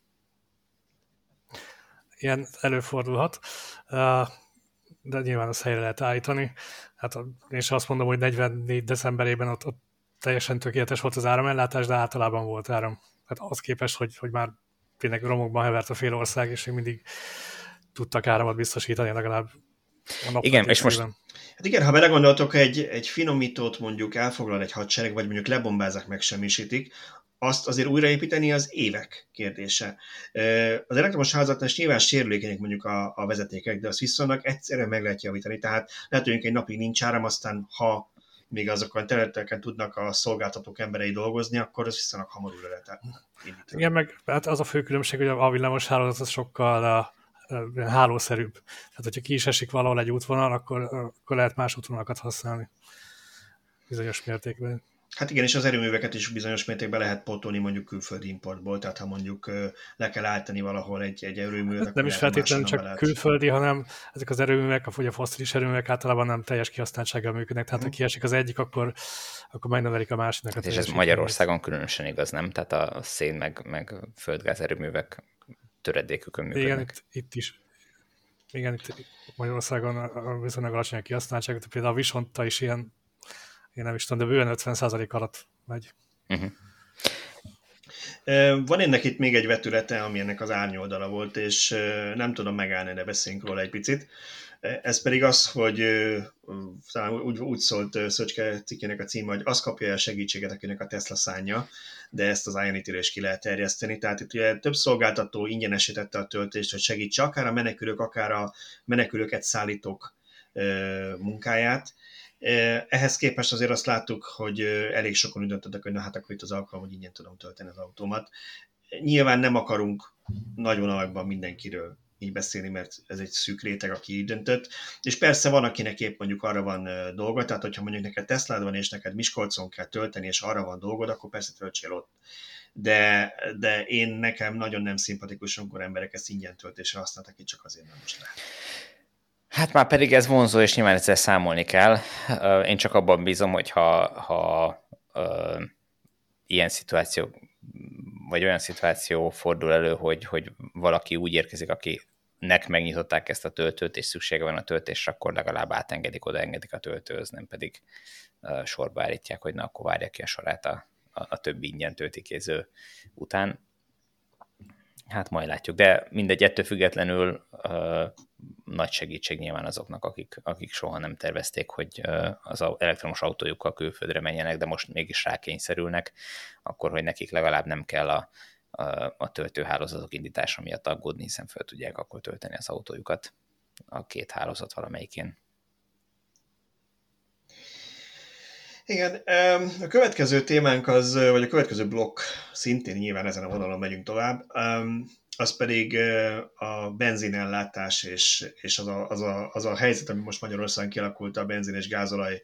Ilyen előfordulhat, de nyilván azt helyre lehet állítani. Hát én sem azt mondom, hogy negyvennégy decemberében ott, ott teljesen tökéletes volt az áramellátás, de általában volt áram. Hát az képest, hogy, hogy már tényleg romokban hevert a fél ország, és még mindig tudtak áramot biztosítani legalább a nap. Igen, és most... Hát igen, ha belegondoltok, egy, egy finomítót mondjuk elfoglal egy hadsereg, vagy mondjuk lebombázák, megsemmisítik, azt azért újraépíteni az évek kérdése. Az elektromos hálózatnál nyilván sérülékenyek mondjuk a, a vezetékek, de azt viszonylag egyszerűen meg lehet javítani. Tehát lehet, hogy egy napig nincs áram, aztán ha még azokon a területeken tudnak a szolgáltatók emberei dolgozni, akkor az viszonylag hamar újra lehet indítani. Igen, meg hát az a fő különbség, hogy a villamos hálózat az sokkal a, a, hálószerűbb. Tehát, hogyha ki is esik valahol egy útvonal, akkor, akkor lehet más útvonalakat használni bizonyos mértékben. Hát igen, és az erőműveket is bizonyos mértékben lehet pótolni mondjuk külföldi importból, tehát ha mondjuk le kell állítani valahol egy, egy erőművet, hát nem is feltétlenül csak lehet. Külföldi, hanem ezek az erőművek, vagy a fosszilis erőművek általában nem teljes kihasználtsággal működnek, tehát hmm. ha kiesik az egyik, akkor, akkor megnövelik a másiknak. És ez Magyarországon különösen igaz, nem? Tehát a szén meg, meg földgáz erőművek töredékükön működnek. Igen, itt, itt is. Igen, itt Magyarországon viszonylag alacsony a kihasználtság, például a Visonta is ilyen, én nem is tudom, de bőven ötven százalék alatt megy. Uh-huh. Van ennek itt még egy vetülete, ami ennek az árnyoldala volt, és nem tudom megállni, de beszéljünk róla egy picit. Ez pedig az, hogy talán úgy, úgy szólt Szöcske cikkének a címe, hogy az kapja el segítséget, akinek a Tesla szánja, de ezt az Ionity-re is ki lehet terjeszteni. Tehát itt ugye több szolgáltató ingyenesítette a töltést, hogy segítse akár a menekülők, akár a menekülőket szállítók munkáját. Ehhez képest azért azt láttuk, hogy elég sokan úgy döntöttek, hogy na hát akkor itt az alkalom, hogy ingyen tudom tölteni az autómat. Nyilván nem akarunk nagy vonalakban mindenkiről így beszélni, mert ez egy szűk réteg, aki így döntött. És persze van, akinek épp mondjuk arra van dolga, tehát hogyha mondjuk neked Teslád van, és neked Miskolcon kell tölteni, és arra van dolgod, akkor persze töltsél ott. De, de én nekem nagyon nem szimpatikus, amikor emberek ezt ingyen töltésre használtak, így csak azért nem most lehet. Hát már pedig ez vonzó, és nyilván ezzel számolni kell. Én csak abban bízom, hogy ha, ha uh, ilyen szituáció, vagy olyan szituáció fordul elő, hogy, hogy valaki úgy érkezik, akinek megnyitották ezt a töltőt, és szüksége van a töltésre, akkor legalább átengedik, odaengedik a töltőhöz, nem pedig uh, sorba állítják, hogy na, akkor várja ki a sorát a, a, a többi ingyen töltikéző után. Hát majd látjuk, de mindegy, ettől függetlenül uh, nagy segítség nyilván azoknak, akik, akik soha nem tervezték, hogy uh, az elektromos autójukkal külföldre menjenek, de most mégis rákényszerülnek, akkor, hogy nekik legalább nem kell a, a, a töltőhálózatok indítása miatt aggódni, hiszen fel tudják akkor tölteni az autójukat a két hálózat valamelyikén. Igen, a következő témánk az, vagy a következő blokk, szintén nyilván ezen a vonalon megyünk tovább, az pedig a benzinellátás, és, és az, a, az, a, az a helyzet, ami most Magyarországon kialakult a benzin és gázolaj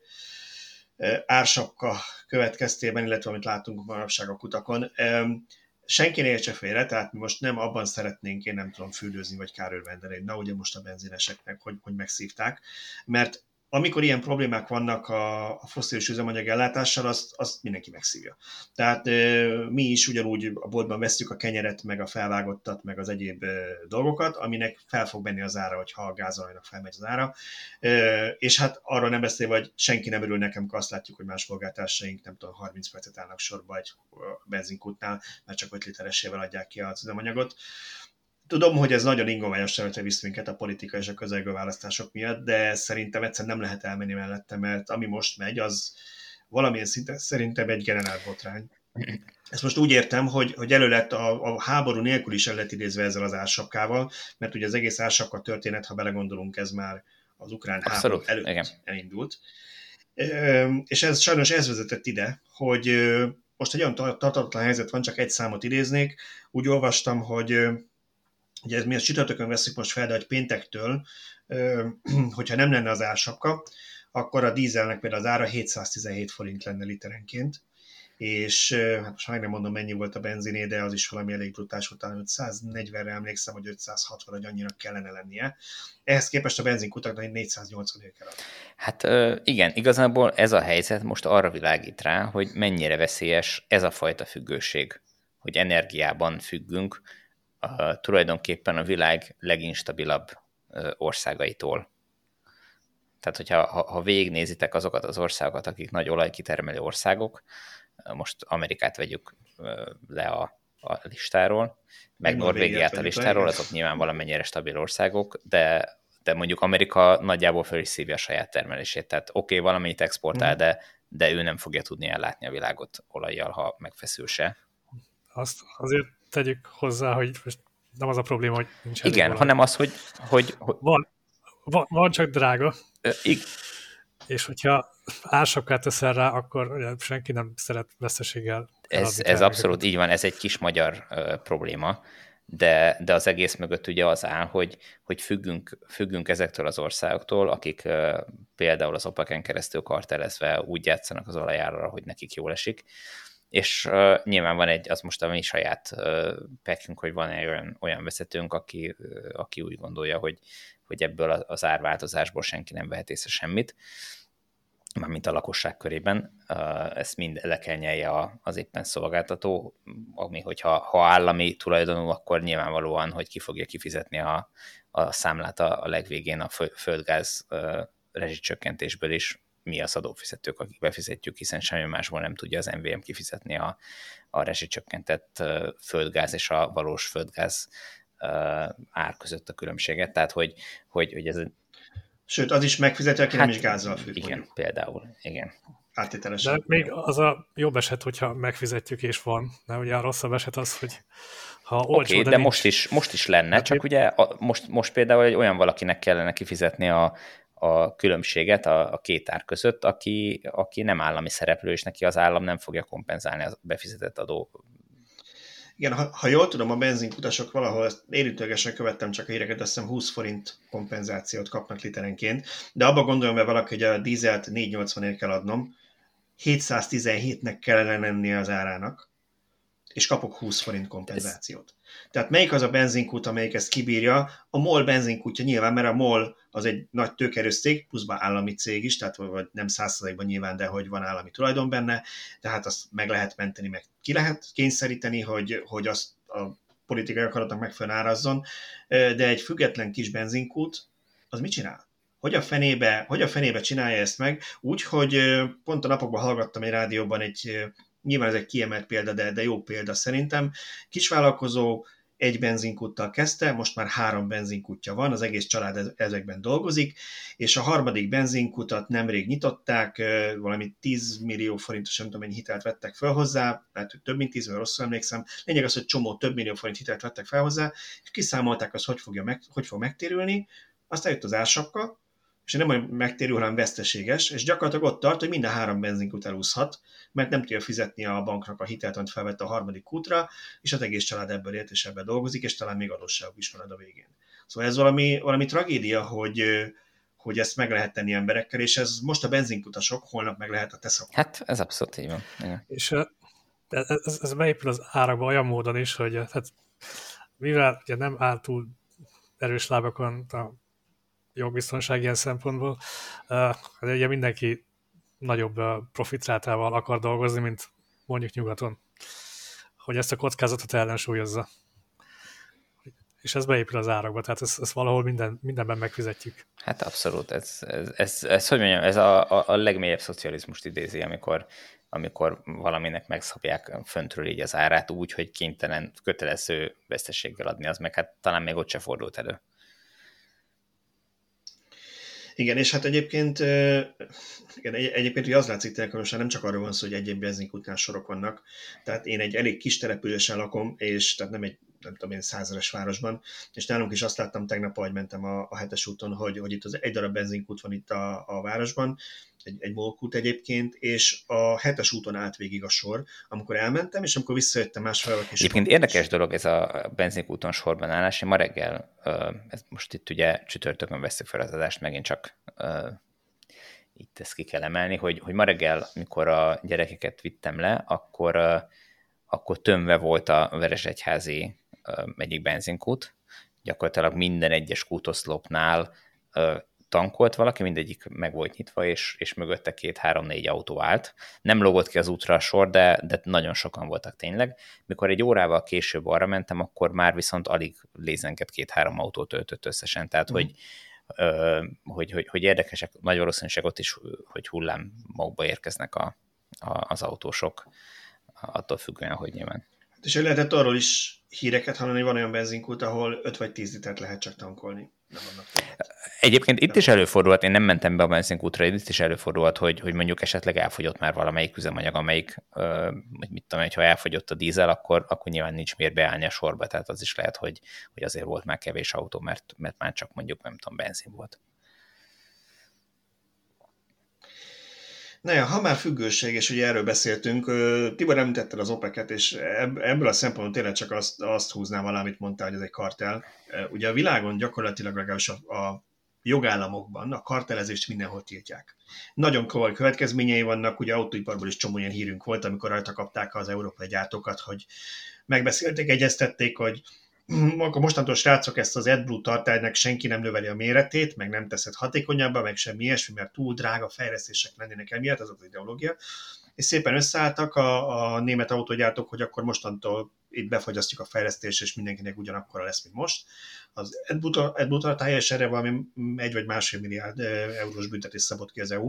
ársapka következtében, illetve amit látunk manapság a kutakon. Senki ne értse félre, tehát mi most nem abban szeretnénk, én nem tudom fürdőzni, vagy kárőrvendeni, na ugye most a benzineseknek, hogy, hogy megszívták, mert amikor ilyen problémák vannak a, a fosszilis üzemanyag ellátással, azt, azt mindenki megszívja. Tehát e, mi is ugyanúgy a boltban vesszük a kenyeret, meg a felvágottat, meg az egyéb e, dolgokat, aminek fel fog menni az ára, hogyha a gázolajnak felmegy az ára. E, és hát arról nem beszélve, hogy senki nem örül nekem, amikor azt látjuk, hogy más polgártársaink nem tudom, harminc percet állnak sorba egy benzinkútnál, mert csak öt literesével adják ki az üzemanyagot. Tudom, hogy ez nagyon ingoványos területre visz minket a politika és a közelgő választások miatt, de szerintem egyszerűen nem lehet elmenni mellette, mert ami most megy, az valamilyen szinten szerintem egy generált botrány. Ezt most úgy értem, hogy, hogy elő lett a, a háború nélkül is el lett idézve ezzel az ársapkával, mert ugye az egész ársapka történet, ha belegondolunk, ez már az ukrán háború előtt igen. elindult. És ez sajnos ez vezetett ide, hogy most egy olyan tartatlan helyzet van, csak egy számot idéznék. Úgy olvastam, hogy ugye mi a csütörtökön veszük most fel, de hogy péntektől, hogyha nem lenne az ársapka, akkor a dízelnek például az ára hétszáztizenhét forint lenne literenként, és hát most már nem mondom, mennyi volt a benziné, de az is valami elég brutális volt, talán ötszáznegyvenre emlékszem, hogy ötszázhatvan, hogy annyira kellene lennie. Ehhez képest a benzinkutaknak négyszáznyolcvan kell adni. Hát igen, igazából ez a helyzet most arra világít rá, hogy mennyire veszélyes ez a fajta függőség, hogy energiában függünk, Uh, tulajdonképpen a világ leginstabilabb uh, országaitól. Tehát, hogyha ha, ha végignézitek azokat az országokat, akik nagy olajkitermelő országok, uh, most Amerikát vegyük uh, le a, a listáról, meg Norvégiát a listáról, azok nyilván valamennyire stabil országok, de, de mondjuk Amerika nagyjából föl is szívja a saját termelését. Tehát oké, okay, valamennyit exportál, mm. de, de ő nem fogja tudni ellátni a világot olajjal, ha megfeszül se. Azt azért tegyük hozzá, hogy most nem az a probléma, hogy nincs elég igen, olaj. hanem az, hogy... hogy, hogy... Van, van, van csak drága, Ö, ig... és hogyha ársapkát teszel rá, akkor ugye, senki nem szeret veszteséggel. Ez, ez abszolút így van, ez egy kis magyar uh, probléma, de, de az egész mögött ugye az áll, hogy, hogy függünk, függünk ezektől az országoktól, akik uh, például az OPEC-en keresztül kartelezve úgy játszanak az olajárra, hogy nekik jól esik, és uh, nyilván van egy, az most a mi saját uh, pekünk, hogy van egy olyan, olyan vezetőnk, aki, uh, aki úgy gondolja, hogy, hogy ebből az árváltozásból senki nem vehet észre semmit, mármint a lakosság körében. Uh, ezt mind le kell nyelje az éppen szolgáltató, ami, hogyha ha állami tulajdonú, akkor nyilvánvalóan, hogy ki fogja kifizetni a, a számlát a, a legvégén a földgáz uh, rezsicsökkentésből is, mi az adófizetők, akik befizetjük, hiszen semmi másból nem tudja az em vé em kifizetni a, a rezsicsökkentett földgáz és a valós földgáz ár között a különbséget. Tehát, hogy, hogy, hogy ez... Sőt, az is megfizeti, aki hát, nem is gázzal függ. Igen, mondjuk. Például, igen. Áttételesen. De még az a jobb eset, hogyha megfizetjük és van, de ugye a rosszabb eset az, hogy ha olcsó, okay, de, de most, is, most is lenne, hát csak én... ugye a, most, most például egy olyan valakinek kellene kifizetni a a különbséget a, a két ár között, aki, aki nem állami szereplő, és neki az állam nem fogja kompenzálni a befizetett adó. Igen, ha, ha jól tudom, a benzinkutasok valahol, érintőlegesen követtem csak a híreket, azt hiszem húsz forint kompenzációt kapnak literenként, de abba gondolom, hogy valaki, hogy a dízelt négy nyolcvanért kell adnom, hétszáztizenhétnek kellene lennie az árának, és kapok húsz forint kompenzációt. Tehát melyik az a benzinkút, amelyik ezt kibírja? A MOL benzinkútja nyilván, mert a MOL az egy nagy tőkerős cég, pluszban állami cég is, tehát vagy nem száz százalékban nyilván, de hogy van állami tulajdon benne, tehát azt meg lehet menteni, meg ki lehet kényszeríteni, hogy, hogy azt a politikai akaratnak megfelelően árazzon, de egy független kis benzinkút, az mit csinál? Hogy a fenébe, hogy a fenébe csinálja ezt meg? Úgy, hogy pont a napokban hallgattam egy rádióban egy, nyilván ez egy kiemelt példa, de, de jó példa szerintem, kisvállalkozó, egy benzinkúttal kezdte, most már három benzinkútja van, az egész család ezekben dolgozik, és a harmadik benzinkutat nemrég nyitották, valami tíz millió forintos, nem tudom, mennyi hitelt vettek fel hozzá, lehet, hogy több mint tíz, vagy rosszul emlékszem. Lényeg az, hogy csomó több millió forint hitelt vettek fel hozzá, és kiszámolták azt, hogy, fogja meg, hogy fog megtérülni, aztán jött az ársapka, és nem olyan megtérül, hanem veszteséges, és gyakorlatilag ott tart, hogy minden három benzinkút elúszhat, mert nem tudja fizetni a banknak a hitelt, amit felvette a harmadik kútra, és az egész család ebből élt, és ebben dolgozik, és talán még adósságok is van a végén. Szóval ez valami, valami tragédia, hogy, hogy ezt meg lehet tenni emberekkel, és ez most a benzinkutasok, holnap meg lehet a te szakma. Hát ez abszolút így van. Igen. És ez, ez beépül az árakba olyan módon is, hogy hát, mivel ugye nem áll túl erős lábakon a jogbiztonság ilyen szempontból, uh, ugye mindenki nagyobb uh, profitrátával akar dolgozni, mint mondjuk nyugaton, hogy ezt a kockázatot ellensúlyozza. És ez beépül az árakba, tehát ezt, ezt valahol minden, mindenben megfizetjük. Hát abszolút, ez, ez, ez, ez hogy mondjam, ez a, a, a legmélyebb szocializmust idézi, amikor, amikor valaminek megszabják föntről így az árát úgy, hogy kénytelen kötelező veszteséggel adni, az meg hát talán még ott se fordult elő. Igen, és hát egyébként, igen, egyébként ugye az látszik tényleg, hogy most nem csak arról van szó, hogy egy-egy benzinkútnál sorok vannak, tehát én egy elég kis településen lakom, és tehát nem egy, nem tudom én, százeres városban, és nálunk is azt láttam tegnap, ahogy mentem a, a hetes úton, hogy, hogy itt az egy darab benzinkút van itt a, a városban, egy, egy molkút egyébként, és a hetes úton állt végig a sor, amikor elmentem, és amikor visszajöttem másfelől. Egyébként érdekes dolog ez a benzinkúton sorban állás. Én ma reggel, ez most itt ugye csütörtökön veszük fel az adást, megint csak itt ezt ki kell emelni, hogy, hogy ma reggel, mikor a gyerekeket vittem le, akkor, akkor tömve volt a Veresegyházi egyik benzinkút. Gyakorlatilag minden egyes kútoszlopnál tankolt valaki, mindegyik meg volt nyitva, és, és mögötte két-három-négy autó állt. Nem lógott ki az útra a sor, de, de nagyon sokan voltak tényleg. Mikor egy órával később arra mentem, akkor már viszont alig lézenket két-három autót töltött összesen. Tehát, mm. hogy, ö, hogy, hogy, hogy érdekesek, nagy valószínűség ott is, hogy hullámokba érkeznek a, a, az autósok, attól függően, hogy nyilván. És lehetett arról is híreket hallani, hogy van olyan benzinkút, ahol öt vagy tíz litert lehet csak tankolni. Nem annak Egyébként itt is előfordulhat, én nem mentem be a benzinkútra, itt is előfordulhat, hogy, hogy mondjuk esetleg elfogyott már valamelyik üzemanyag, amelyik, uh, mit tudom, hogy ha elfogyott a dízel, akkor, akkor nyilván nincs miért beállni a sorba, tehát az is lehet, hogy, hogy azért volt már kevés autó, mert, mert már csak mondjuk, nem tudom, benzin volt. Na ja, ha már függőség, és ugye erről beszéltünk, Tibor említette az OPEC-et, és ebből a szempontból tényleg csak azt, azt húznám alá, amit mondtál, hogy ez egy kartel. Ugye a világon gyakorlatilag legalábbis a, a jogállamokban a kartelezést mindenhol tiltják. Nagyon komoly következményei vannak, ugye autóiparból is csomó ilyen hírünk volt, amikor rajta kapták az európai gyártókat, hogy megbeszélték, egyeztették, hogy akkor mostantól srácok, ezt az AdBlue tartálynak senki nem növeli a méretét, meg nem teszed hatékonyabbá, meg semmi ilyesmi, mert túl drága fejlesztések lennének emiatt, az az ideológia. És szépen összeálltak a, a német autógyártók, hogy akkor mostantól itt befogyasztjuk a fejlesztést, és mindenkinek ugyanakkora lesz, mint most. Az AdBlue tartály, és erre valami egy vagy másfél milliárd eurós büntetés szabott ki az é u.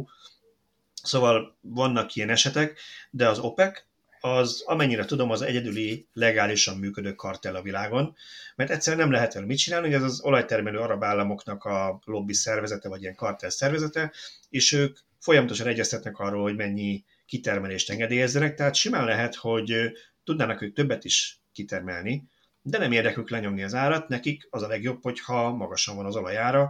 Szóval vannak ilyen esetek, de az OPEC, az, amennyire tudom, az egyedüli legálisan működő kartell a világon, mert egyszerűen nem lehet vele mit csinálni, hogy ez az olajtermelő arab államoknak a lobby szervezete, vagy ilyen kartell szervezete, és ők folyamatosan egyeztetnek arról, hogy mennyi kitermelést engedélyezzenek, tehát simán lehet, hogy tudnának ők többet is kitermelni, de nem érdekük lenyomni az árat, nekik az a legjobb, hogyha magasan van az olajára,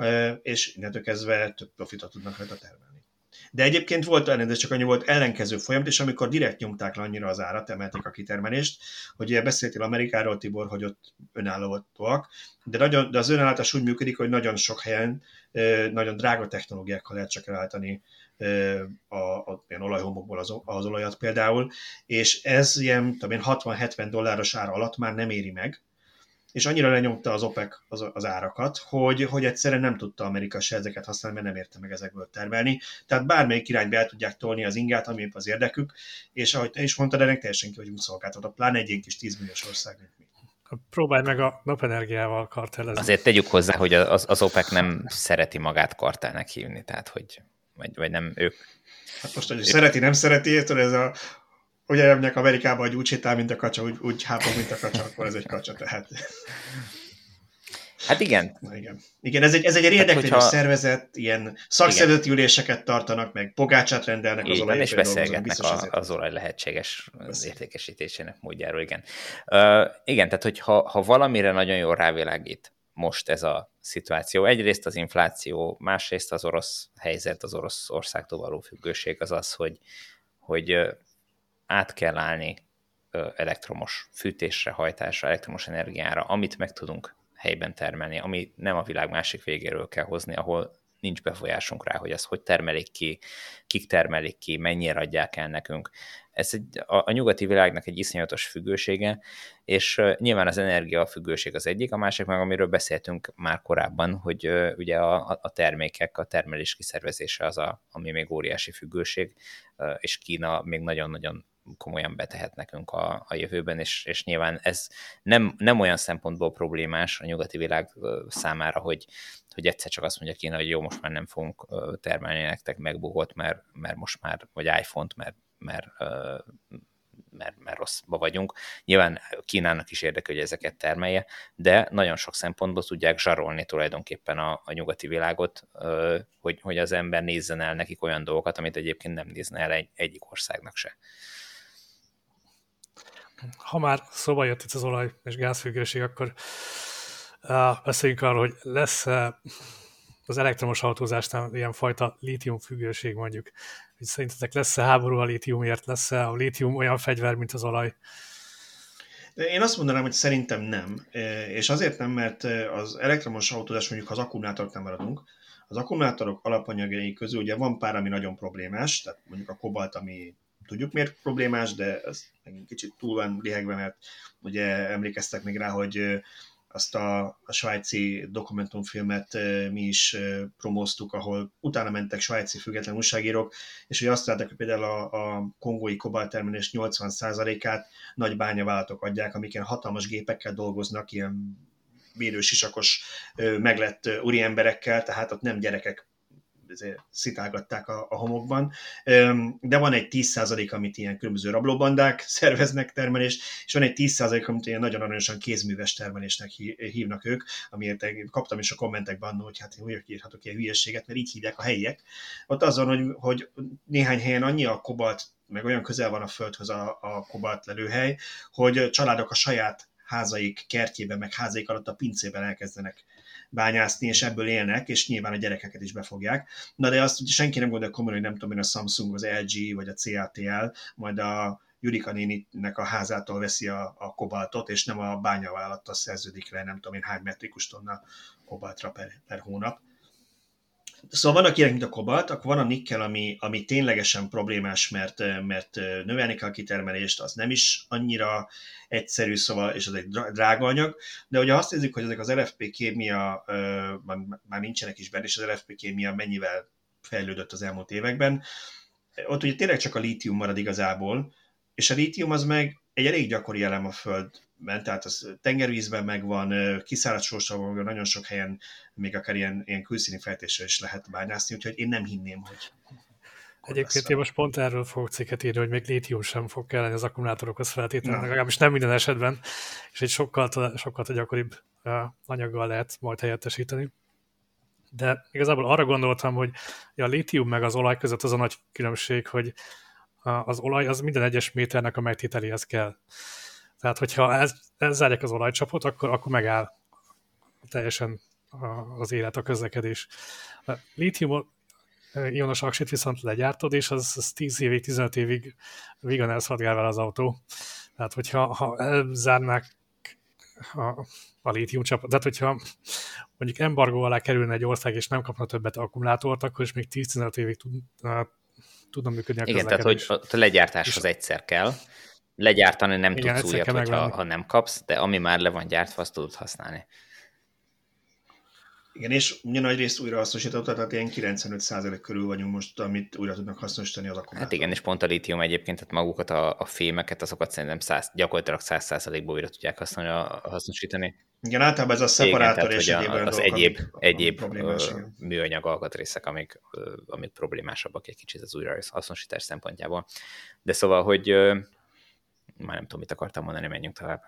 és innentől kezdve több profitot tudnak rajta termelni. De egyébként volt elnézést, csak annyi volt ellenkező folyamat, és amikor direkt nyomták le annyira az árat, emelték a kitermelést, hogy ugye beszéltél Amerikáról, Tibor, hogy ott önállóak, de, nagyon, de az önállátás úgy működik, hogy nagyon sok helyen nagyon drága technológiákkal lehet csak elállítani a, a, ilyen olajhomokból az, az olajat például, és ez ilyen tudom én, hatvan-hetven dolláros ára alatt már nem éri meg, és annyira lenyomta az OPEC az, az árakat, hogy, hogy egyszerűen nem tudta Amerika se ezeket használni, mert nem érte meg ezekből termelni. Tehát bármelyik irányba el tudják tolni az ingát, ami épp az érdekük, és ahogy te is mondtad, ennek teljesen ki vagyunk szolgáltatva, pláne egy ilyen kis tízmilliós ország, mint mi. Próbálj meg a napenergiával kartelezni. Azért tegyük hozzá, hogy az, az OPEC nem szereti magát kartelnek hívni, tehát hogy vagy, vagy nem ők. Hát most, hogy szereti, nem szereti, ez a ugye emlék Amerikában, hogy úgy sétál, mint a kacsa, úgy, úgy hápog, mint a kacsa, akkor ez egy kacsa, tehát... Hát igen. Na igen. Igen, ez egy, ez egy érdeklődő hát, hogyha... szervezet, ilyen szakszervezeti üléseket tartanak, meg pogácsát rendelnek az olajért. És beszélgetnek a, az olaj lehetséges Beszél. értékesítésének módjáról, igen. Uh, igen, tehát hogyha ha valamire nagyon jól rávilágít most ez a szituáció, egyrészt az infláció, másrészt az orosz helyzet, az orosz országtól való függőség az az, hogy, hogy át kell állni elektromos fűtésre, hajtásra, elektromos energiára, amit meg tudunk helyben termelni, ami nem a világ másik végéről kell hozni, ahol nincs befolyásunk rá, hogy ezt hogy termelik ki, kik termelik ki, mennyire adják el nekünk. Ez egy, a, a nyugati világnak egy iszonyatos függősége, és uh, nyilván az energiafüggőség az egyik, a másik meg, amiről beszéltünk már korábban, hogy uh, ugye a, a termékek, a termelés kiszervezése az, a, ami még óriási függőség, uh, és Kína még nagyon-nagyon komolyan betehet nekünk a, a jövőben, és, és nyilván ez nem, nem olyan szempontból problémás a nyugati világ számára, hogy, hogy egyszer csak azt mondja Kína, hogy jó, most már nem fogunk termelni nektek MacBookot, mert, mert most már, vagy iPhone-t, mert, mert, mert, mert rosszba vagyunk. Nyilván Kínának is érdekel, hogy ezeket termelje, de nagyon sok szempontból tudják zsarolni tulajdonképpen a, a nyugati világot, hogy, hogy az ember nézzen el nekik olyan dolgokat, amit egyébként nem nézne el egy, egyik országnak se. Ha már szóba jött itt az olaj- és gázfüggőség, akkor uh, beszéljünk arról, hogy lesz uh, az elektromos autózásnál ilyen fajta lítium függőség mondjuk. Hogy szerintetek lesz-e háború a lítiumért, lesz-e a lítium olyan fegyver, mint az olaj? Én azt mondanám, hogy szerintem nem. És azért nem, mert az elektromos autózás, mondjuk ha az akkumulátorok nem maradunk, az akkumulátorok alapanyagai közül ugye van pár, ami nagyon problémás, tehát mondjuk a kobalt, ami tudjuk miért problémás, de ez megint kicsit túl van lihegve, mert ugye emlékeztek még rá, hogy azt a, a svájci dokumentumfilmet mi is promóztuk, ahol utána mentek svájci független újságírók, és hogy azt látták, hogy például a, a kongói kobalttermelés nyolcvan százalékát nagy bányavállalatok adják, amiken hatalmas gépekkel dolgoznak, ilyen mérősisakos meglett úriemberekkel, tehát ott nem gyerekek szitálgatták a, a homokban, de van egy tíz százalék, amit ilyen különböző rablóbandák szerveznek termelést, és van egy tíz százalék, amit ilyen nagyon aranyosan kézműves termelésnek hívnak ők, amiért kaptam is a kommentekben annól, hogy hát én úgy írhatok ilyen hülyeséget, mert így hívják a helyiek. Ott azon, hogy, hogy néhány helyen annyi a kobalt, meg olyan közel van a földhöz a, a kobalt lelőhely, hogy családok a saját házaik kertjében, meg házaik alatt a pincében elkezdenek bányászni, és ebből élnek, és nyilván a gyerekeket is befogják. Na de azt senki nem gondolja komolyan, hogy nem tudom én, a Samsung, az el gé vagy a cé á té el, majd a Jurika néninek a házától veszi a, a kobaltot, és nem a bányavállalattal szerződik le, nem tudom én hány metrikus tonna kobaltra per, per hónap. Szóval vannak ilyenek, mint a kobalt, akkor van a nikkel, ami, ami ténylegesen problémás, mert, mert növelni kell a kitermelést, az nem is annyira egyszerű, szóval, és az egy drága anyag, de ugye azt nézzük, hogy ezek az el ef pé kémia már nincsenek is benne, és az el ef pé kémia mennyivel fejlődött az elmúlt években, ott ugye tényleg csak a lítium marad igazából, és a lítium az meg egy elég gyakori elem a Földben, tehát az tengervízben megvan, kiszáradt sorsolva, nagyon sok helyen még akár ilyen, ilyen külszíni fejtésre is lehet bányászni, úgyhogy én nem hinném, hogy... Egyébként én most pont erről fogok cikket írni, hogy még lítium sem fog kelleni az akkumulátorokhoz feltétlenül, legalábbis nem minden esetben, és egy sokkal, sokkal gyakoribb anyaggal lehet majd helyettesíteni. De igazából arra gondoltam, hogy a lítium meg az olaj között az a nagy különbség, hogy az olaj az minden egyes méternek a megtételéhez kell. Tehát, hogyha ez, ez zárják az olajcsapot, akkor, akkor megáll teljesen az élet, a közlekedés. A lítium ionos aksit viszont legyártod, és az, az tíz évig, tizenöt évig vígan elszadgál vele az autó. Tehát, hogyha ha elzárnák a, a lítiumcsapot, tehát, hogyha mondjuk embargó alá kerülne egy ország, és nem kapna többet akkumulátort, akkor is még tíz-tizenöt évig tud, tudna működni a igen, közlekedés. Igen, tehát, hogy a legyártáshoz egyszer kell. Legyártani nem igen, tudsz újat, hogyha, ha nem kapsz, de ami már le van gyártva, azt tudod használni. Igen, és ugye nagy részt újra hasznosított, tehát ilyen kilencvenöt százalék körül vagyunk most, amit újra tudnak hasznosítani az akkumulátorok. Hát igen, és pont a lítium egyébként, tehát magukat a, a fémeket, azokat szerintem száz, gyakorlatilag száz százalékból újra tudják hasznosítani. Igen, általában ez a szeparátor és egyéb az egyéb, egyéb műanyag alkatrészek, amik, amik problémásabbak egy kicsit az újra hasznosítás szempontjából. De szóval, hogy már nem tudom, mit akartam mondani, menjünk tovább.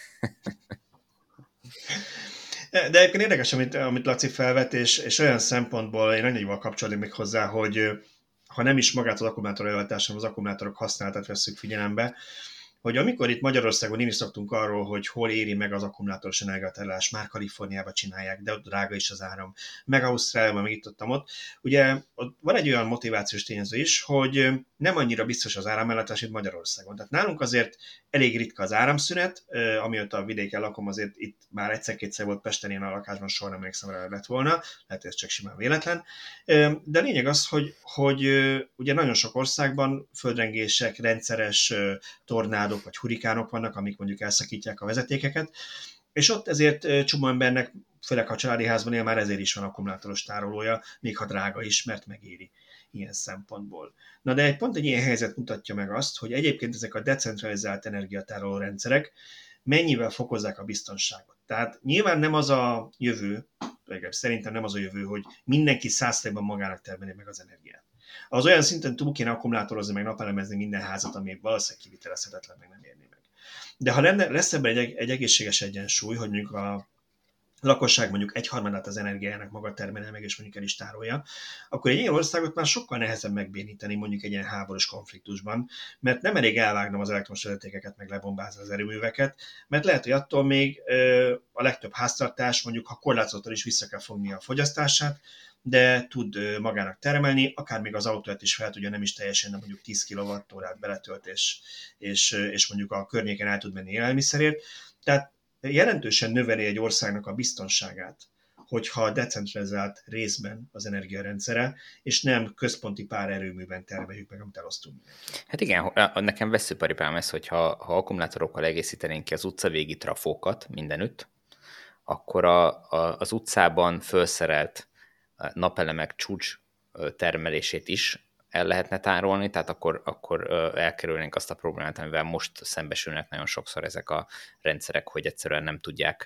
De egyébként érdekes, amit, amit Laci felvet, és, és olyan szempontból én annyival kapcsolódik még hozzá, hogy ha nem is magát az akkumulátor előállítást, hanem az akkumulátorok használatát vesszük figyelembe, hogy amikor itt Magyarországon nem is szoktunk arról, hogy hol éri meg az akkumulátoros energiatárolás, már Kaliforniában csinálják, de ott drága is az áram, meg Ausztráliában, meg itt ott, ott. Ugye ott van egy olyan motivációs tényező is, hogy nem annyira biztos az áramellátás, mint Magyarországon. Tehát nálunk azért elég ritka az áramszünet, amióta a vidéken lakom, azért itt már egyszer-kétszer volt Pesten, én a lakásban soha nem emlékszem rá, lett volna, lehet, hogy ez csak simán véletlen. De lényeg az, hogy, hogy ugye nagyon sok országban földrengések, rendszeres tornádok vagy hurikánok vannak, amik mondjuk elszakítják a vezetékeket, és ott ezért csomó embernek, főleg a családi házban él, már ezért is van akkumulátoros tárolója, még ha drága is, mert megéri ilyen szempontból. Na de egy pont egy ilyen helyzet mutatja meg azt, hogy egyébként ezek a decentralizált energiatároló rendszerek mennyivel fokozzák a biztonságot. Tehát nyilván nem az a jövő, legalább szerintem nem az a jövő, hogy mindenki száz százalékban magának termeli meg az energiát. Az olyan szinten túl kéne akkumulátorozni, meg napelemezni minden házat, ami valószínűleg kivitelezhetetlen, meg nem érni meg. De ha lenne, lesz ebben egy, egy egészséges egyensúly, hogy mondjuk a lakosság mondjuk egyharmadát az energiájának maga termelje meg, és mondjuk el is tárolja, akkor egy ilyen országot már sokkal nehezebb megbénítani mondjuk egy ilyen háborús konfliktusban, mert nem elég elvágnom az elektromos vezetékeket, meg lebombázni az erőműveket, mert lehet, hogy attól még ö, a legtöbb háztartás mondjuk, ha korlátozottan is vissza kell fogni a fogyasztását, de tud magának termelni, akár még az autóját is fel tudja, nem is teljesen, de mondjuk tíz kilowattórát beletölt, és, és, és mondjuk a környéken el tud menni élelmiszerért. Tehát jelentősen növeli egy országnak a biztonságát, hogyha decentralizált részben az energiarendszere, és nem központi pár erőműben termeljük meg, amit elosztunk. Hát igen, nekem veszőparipám ez, hogy ha, ha akkumulátorokkal egészítenénk ki az utcavégi trafókat mindenütt, akkor a, a, az utcában felszerelt napelemek csúcs termelését is el lehetne tárolni, tehát akkor, akkor elkerülnénk azt a problémát, amivel most szembesülnek nagyon sokszor ezek a rendszerek, hogy egyszerűen nem tudják,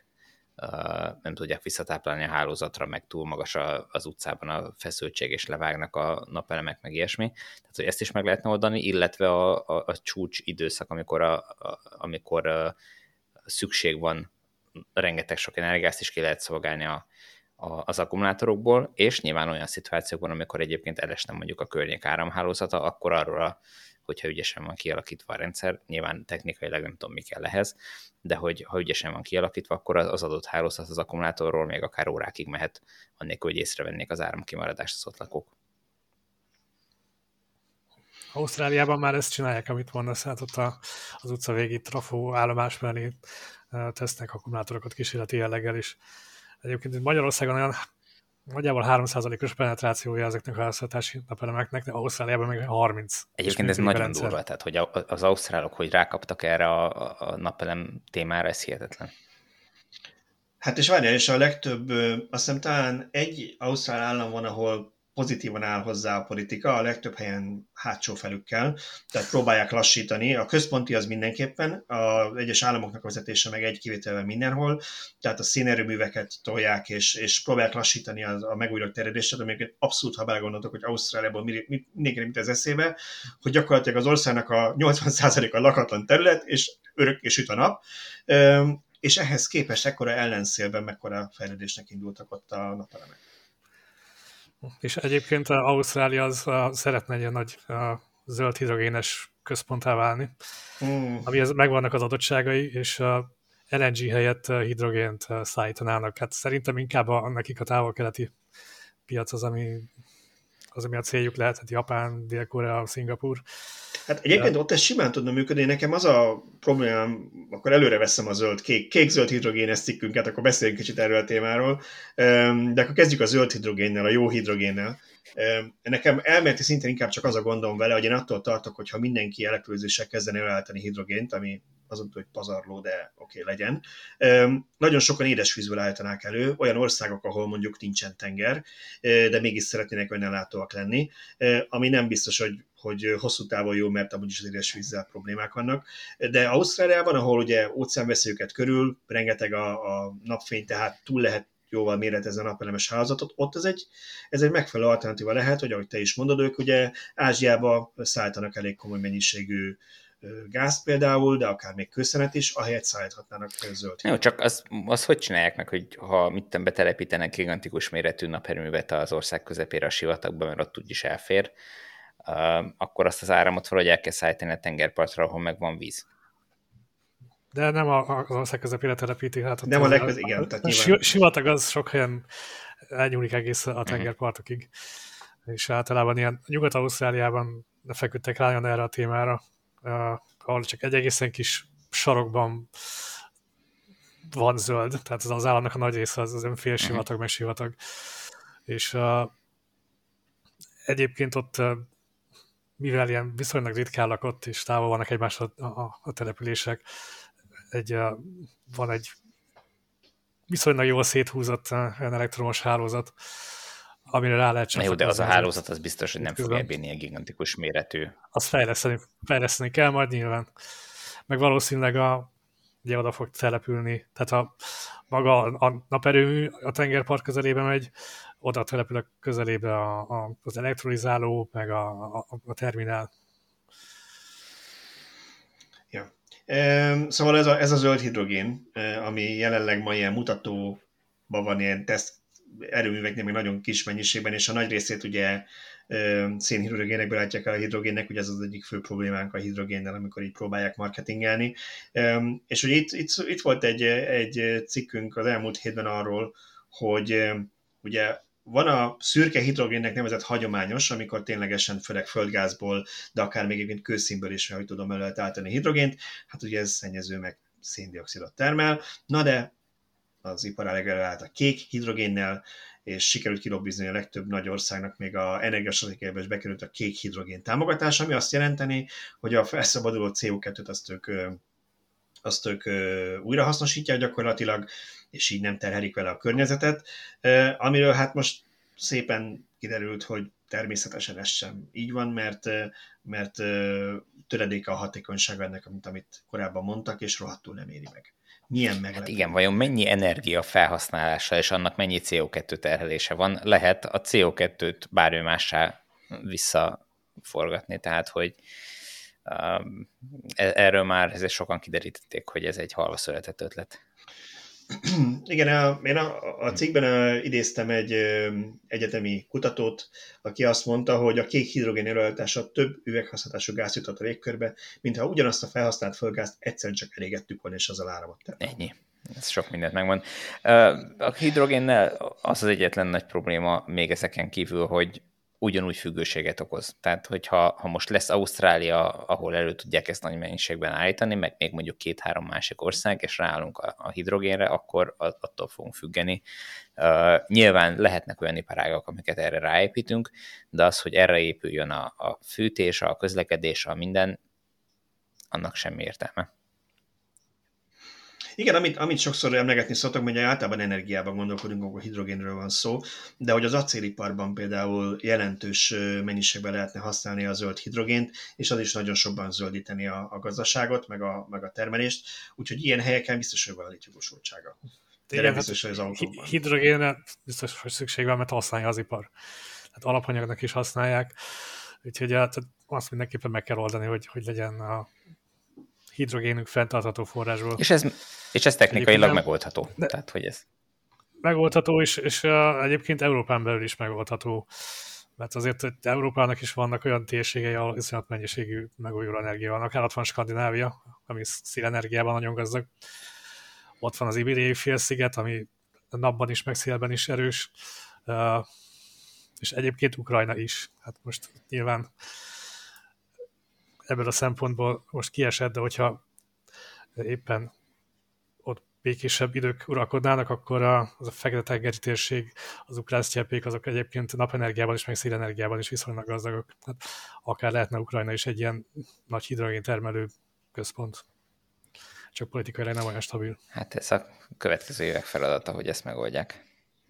nem tudják visszatáplálni a hálózatra, meg túl magas az utcában a feszültség, és levágnak a napelemek, meg ilyesmi. Tehát, hogy ezt is meg lehetne oldani, illetve a, a, a csúcs időszak, amikor, a, a, amikor a szükség van, rengeteg sok energiát is ki lehet szolgálni a az akkumulátorokból, és nyilván olyan szituációkban, amikor egyébként elesne mondjuk a környék áramhálózata, akkor arról, hogyha ügyesen van kialakítva a rendszer, nyilván technikailag nem tudom, mi kell ehhez, de hogy ha ügyesen van kialakítva, akkor az adott hálózat az akkumulátorról még akár órákig mehet, annélkül, hogy észrevennék az áramkimaradást az ott lakók. Ausztráliában már ezt csinálják, amit mondasz, hát ott a, az utca végi trafó állomás mellé tesznek akkumulátorokat kísérleti jelleggel is. Egyébként Magyarországon olyan nagyjából három százalékos penetrációja ezeknek a háztartási napelemeknek, de Ausztráliában meg harminc. Egyébként ez nagyon durva, tehát hogy az ausztrálok, hogy rákaptak erre a, a napelem témára, ez hihetetlen. Hát és várjál, és a legtöbb, azt hiszem talán egy ausztrál állam van, ahol pozitívan áll hozzá a politika, a legtöbb helyen hátsó felükkel, tehát próbálják lassítani. A központi az mindenképpen, az egyes államoknak a vezetése meg egy kivételvel mindenhol, tehát a szénerőműveket tolják, és, és próbálják lassítani az, a megújulók terjedését, amiket abszolút, ha belegondoltok, hogy Ausztráliából mindenki mit ez eszébe, hogy gyakorlatilag az országnak a nyolcvan százaléka lakatlan terület, és örökké süt a nap, és ehhez képest ekkora ellenszélben mekkora fejlődésnek indultak ott a napelemek. És egyébként Ausztrália az a, szeretne egy nagy a zöld hidrogénes központtá válni, mm. amihez megvannak az adottságai, és a el en gé helyett hidrogént szállítanának. Hát szerintem inkább a, nekik a távol-keleti piac az, ami, az, ami a céljuk lehet, hát Japán, Dél-Korea, Szingapúr. Hát egyébként ott ez simán tudna működni, nekem az a problémám, akkor előre veszem a zöld, kék, kék-zöld hidrogénes cikkünket, akkor beszéljünk kicsit erről a témáról, de akkor kezdjük a zöld hidrogénnel, a jó hidrogénnel. Nekem elméleti szinten inkább csak az a gondom vele, hogy én attól tartok, hogyha mindenki elektrolízissel kezdene előállítani hidrogént, ami azon, hogy pazarló, de oké, okay, legyen. Nagyon sokan édesvízből állítanák elő, olyan országok, ahol mondjuk nincsen tenger, de mégis szeretnének önellátóak lenni, ami nem biztos, hogy, hogy hosszú távon jó, mert amúgy is az édesvízzel problémák vannak. De Ausztráliában, ahol ugye óceánveszélyeket körül, rengeteg a, a napfény, tehát túl lehet jóval méretezni a napelemes hálózatot, ott ez egy, ez egy megfelelő alternatíva lehet, hogy ahogy te is mondod, ők ugye Ázsiába szállítanak elég komoly mennyiségű gázt például, de akár még kőszenet is, ahelyett szállíthatnának zöld. Jó, csak az, az hogy csinálják meg, hogy ha mit betelepítenek gigantikus méretű naperőművet az ország közepére a sivatagba, mert ott úgyis elfér, uh, akkor azt az áramot valahogy el kell szállítani a tengerpartra, ahol meg van víz. De nem az ország közepére telepíti. Hát nem a legköz, igen. Tehát a nyilván... sivatag az sok helyen elnyúlik egész a tengerpartokig. Uh-huh. És általában ilyen Nyugat-Ausztráliában feküdtek rá erre a témára, uh, ahol csak egy egészen kis sarokban van zöld, tehát az, az államnak a nagy része az, az fél sivatag, uh-huh. meg sivatag. És uh, egyébként ott, uh, mivel ilyen viszonylag ritkán lakott, és távol vannak egymásra a, a, a települések, egy, uh, van egy viszonylag jól széthúzott uh, elektromos hálózat, amire rá lehet csak. Jó, de az a hálózat az biztos, hogy nem fog elbírni ilyen gigantikus méretű. Azt fejleszteni, fejleszteni kell majd nyilván. Meg valószínűleg a, ugye oda fog települni, tehát a maga a naperőmű a tengerpart közelébe megy, oda települ a közelébe a, a, az elektrolizáló, meg a, a, a terminál. Ja. Szóval ez a, ez a zöld hidrogén, ami jelenleg ma ilyen mutatóban van, ilyen teszt erőműveknél még nagyon kis mennyiségben, és a nagy részét ugye szénhidrogénekből látják el a hidrogénnek, ugye ez az egyik fő problémánk a hidrogénnel, amikor így próbálják marketingelni. És ugye itt, itt, itt volt egy, egy cikkünk az elmúlt hétben arról, hogy ugye van a szürke hidrogénnek nevezett hagyományos, amikor ténylegesen főleg földgázból, de akár még egyébként kőszínből is, hogy tudom, el lehet állítani hidrogént, hát ugye ez szennyező meg széndioxidot termel, na de az iparág elállt a kék hidrogénnel, és sikerült kilobbizni a legtöbb nagy országnak, még a energiastratégiába is bekerült a kék hidrogén támogatás, ami azt jelenteni, hogy a felszabaduló cé o kettőt azt ők, azt ők újrahasznosítják gyakorlatilag, és így nem terhelik vele a környezetet, amiről hát most szépen kiderült, hogy természetesen ez sem így van, mert, mert töredéke a hatékonyság ennek, amit, amit korábban mondtak, és rohadtul nem éri meg. Milyen meglepő. Hát igen, vajon mennyi energia felhasználása és annak mennyi cé o kettő terhelése van? Lehet a cé o kettőt bármi mássá visszaforgatni, tehát hogy um, erről már ezért sokan kiderítették, hogy ez egy halva született ötlet. Igen, a, én a, a cikkben a, idéztem egy ö, egyetemi kutatót, aki azt mondta, hogy a kék hidrogén előállítása több üvegházhatású gáz jutott a légkörbe, mintha ugyanazt a felhasznált földgázt egyszerűen csak elégettük volna, és az a áramot tett. Ennyi. Ez sok mindent megmond. A hidrogénnel az az egyetlen nagy probléma még ezeken kívül, hogy ugyanúgy függőséget okoz. Tehát, hogyha ha most lesz Ausztrália, ahol elő tudják ezt nagy mennyiségben állítani, meg még mondjuk két-három másik ország, és ráállunk a, a hidrogénre, akkor attól fogunk függeni. Uh, nyilván lehetnek olyan iparágak, amiket erre ráépítünk, de az, hogy erre épüljön a, a fűtés, a közlekedés, a minden, annak semmi értelme. Igen, amit, amit sokszor emlegetni szoktak, hogy általában energiában gondolkodunk, akkor hidrogénről van szó, de hogy az acéliparban például jelentős mennyiségben lehetne használni a zöld hidrogént, és az is nagyon sokban zöldíteni a, a gazdaságot, meg a, meg a termelést, úgyhogy ilyen helyeken biztos, hogy van a létjogosultsága. De igen, biztos, hogy az autóban. Hidrogénre biztos, hogy szükség van, mert használja az ipar. Tehát alapanyagnak is használják, úgyhogy azt mindenképpen meg kell oldani, hogy, hogy legyen a hidrogénünk fenntartható forrásból. És ez, és ez technikailag megoldható. Tehát, hogy ez... Megoldható, és, és uh, egyébként Európán belül is megoldható. Mert azért, hogy Európának is vannak olyan térségei, ahol iszonyat mennyiségű megújuló energia van. Akár ott van Skandinávia, ami szélenergiában nagyon gazdag. Ott van az Ibériai félsziget, ami napban is, meg szélben is erős. Uh, és egyébként Ukrajna is. Hát most nyilván ebből a szempontból most kiesett, de hogyha éppen ott békésebb idők uralkodnának, akkor a, az a Fekete-tengeri térség, az ukrán sztyeppék, azok egyébként napenergiában is, meg szélenergiában is viszonylag gazdagok. Tehát akár lehetne Ukrajna is egy ilyen nagy hidrogén termelő központ. Csak politikailag nem olyan stabil. Hát ez a következő évek feladata, hogy ezt megoldják.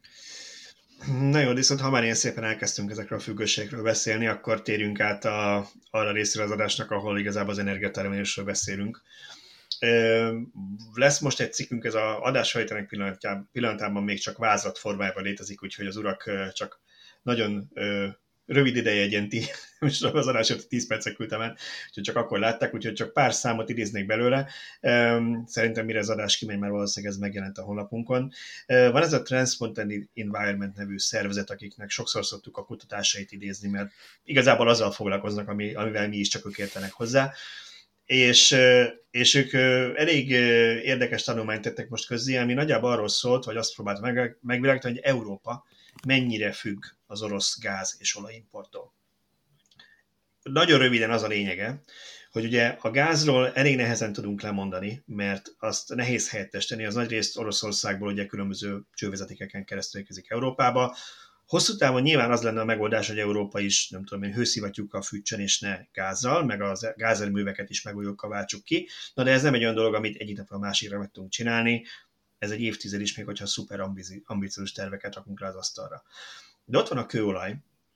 Na jó, viszont ha már ilyen szépen elkezdtünk ezekről a függőségekről beszélni, akkor térjünk át a, arra részre az adásnak, ahol igazából az energiatermelésről beszélünk. Ö, lesz most egy cikkünk, ez az adás felvételnek pillanatában, pillanatában még csak vázlat formájában létezik, úgyhogy az urak csak nagyon ö, rövid ideje egy ilyen tí- az adásért tíz percet küldtem el, úgyhogy csak akkor látták, úgyhogy csak pár számot idéznék belőle. Szerintem mire az adás kimegy, már valószínűleg ez megjelent a honlapunkon. Van ez a Transport and Environment nevű szervezet, akiknek sokszor szoktuk a kutatásait idézni, mert igazából azzal foglalkoznak, ami, amivel mi is csak ők értenek hozzá. És, és ők elég érdekes tanulmányt tettek most közzé, ami nagyjából arról szólt, vagy azt próbált meg, megvilágítani, hogy Európa mennyire függ az orosz gáz és olajimporttól. Nagyon röviden az a lényege, hogy ugye a gázról elég nehezen tudunk lemondani, mert azt nehéz helyettesíteni, az nagyrészt Oroszországból ugye különböző csővezetékeken keresztül érkezik Európába. Hosszú távon nyilván az lenne a megoldás, hogy Európa is, nem tudom én, hőszivattyúkkal fűtsön és ne gázzal, meg a gázerőműveket is megújulókkal váltsuk ki. Na de ez nem egy olyan dolog, amit egyik napra a másikra meg tudunk csinálni. Ez egy évtized is, még hogyha szuper ambiciózus terveket rakunk le az asztalra. De ott van a kőolaj,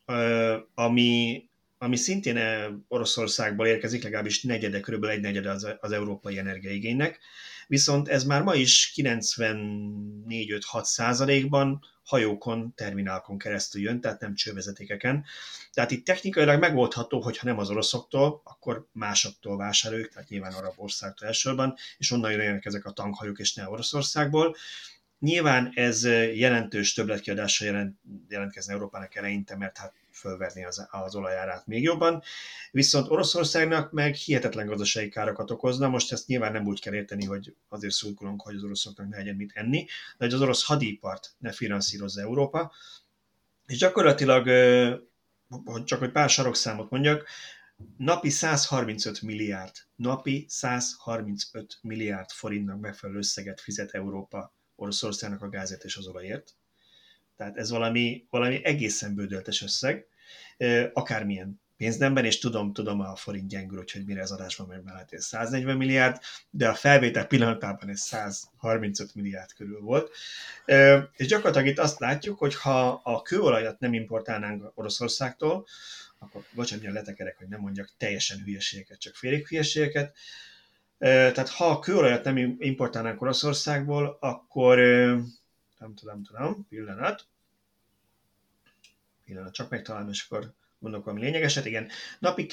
ami, ami szintén Oroszországból érkezik, legalábbis negyede, körülbelül egy negyede az, az európai energiaigénynek, viszont ez már ma is kilencvennégy öt hat százalékban hajókon, terminálkon keresztül jön, tehát nem csővezetékeken. Tehát itt technikailag megoldható, hogyha nem az oroszoktól, akkor másoktól vásároljuk, tehát nyilván arab országtól elsősorban, és onnan jönnek ezek a tankhajók, és ne Oroszországból. Nyilván ez jelentős többletkiadással jelent, jelentkezne Európának eleinte, mert hát fölverni az, az olajárát még jobban. Viszont Oroszországnak meg hihetetlen gazdasági károkat okozna. Most ezt nyilván nem úgy kell érteni, hogy azért szurkolunk, hogy az oroszoknak ne legyen mit enni, de hogy az orosz hadipart ne finanszírozza Európa. És gyakorlatilag, csak hogy pár sarokszámot mondjak, napi száz harmincöt milliárd, napi száz harmincöt milliárd forintnak megfelelő összeget fizet Európa Oroszországnak a gázért és az olajért. Tehát ez valami, valami egészen bődöltes összeg, akármilyen pénznemben, és tudom, tudom a forint gyengül, úgyhogy mire az adásban meg mellett ez száznegyven milliárd, de a felvétel pillanatában ez száz harmincöt milliárd körül volt. És gyakorlatilag itt azt látjuk, hogy ha a kőolajat nem importálnánk Oroszországtól, akkor bocsánat, letekerek, hogy nem mondjak teljesen hülyeségeket, csak félig hülyeségeket. Tehát ha a kőolajat nem importálnánk Oroszországból, akkor nem tudom, tudom, pillanat, pillanat, csak megtalálom, és akkor mondok valami lényegeset. Igen, napi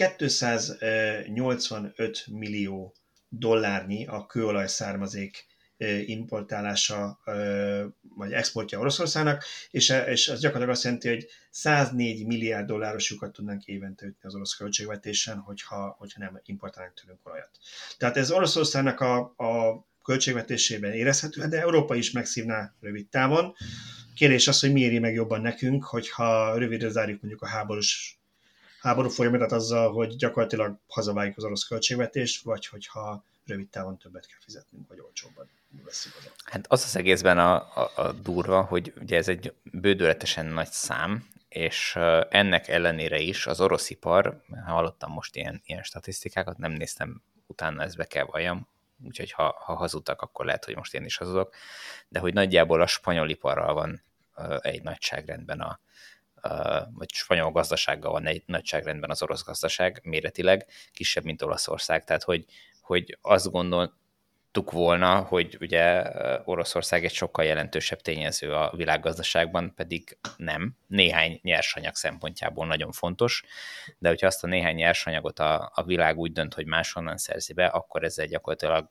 kétszáznyolcvanöt millió dollárnyi a kőolaj származék importálása, vagy exportja Oroszországnak, és, és az gyakorlatilag azt jelenti, hogy száznégy milliárd dolláros lyukat tudnánk évente ütni az orosz költségvetésen, hogyha, hogyha nem importálnánk tőlünk olajat. Tehát ez Oroszországnak a, a költségvetésében érezhető, de Európa is megszívná rövid távon. Kérdés az, hogy mi éri meg jobban nekünk, hogyha rövidre zárjuk mondjuk a háborús háború folyamatát azzal, hogy gyakorlatilag hazavágjuk az orosz költségvetést, vagy hogyha rövid távon többet kell fizetnünk, vagy olcsóbban veszünk az orosz. Hát az az egészben a, a, a durva, hogy ugye ez egy bődületesen nagy szám, és ennek ellenére is az orosz ipar, hallottam most ilyen, ilyen statisztikákat, nem néztem utána, ezt be kell valljam, úgyhogy ha, ha hazudtak, akkor lehet, hogy most én is hazudok, de hogy nagyjából a spanyol iparral van egy nagyságrendben a vagy spanyol gazdasággal van egy nagyságrendben az orosz gazdaság méretileg, kisebb, mint Olaszország. Tehát, hogy, hogy azt gondoltuk volna, hogy ugye Oroszország egy sokkal jelentősebb tényező a világgazdaságban, pedig nem. Néhány nyersanyag szempontjából nagyon fontos, de hogyha azt a néhány nyersanyagot a, a világ úgy dönt, hogy máshonnan szerzi be, akkor ezzel gyakorlatilag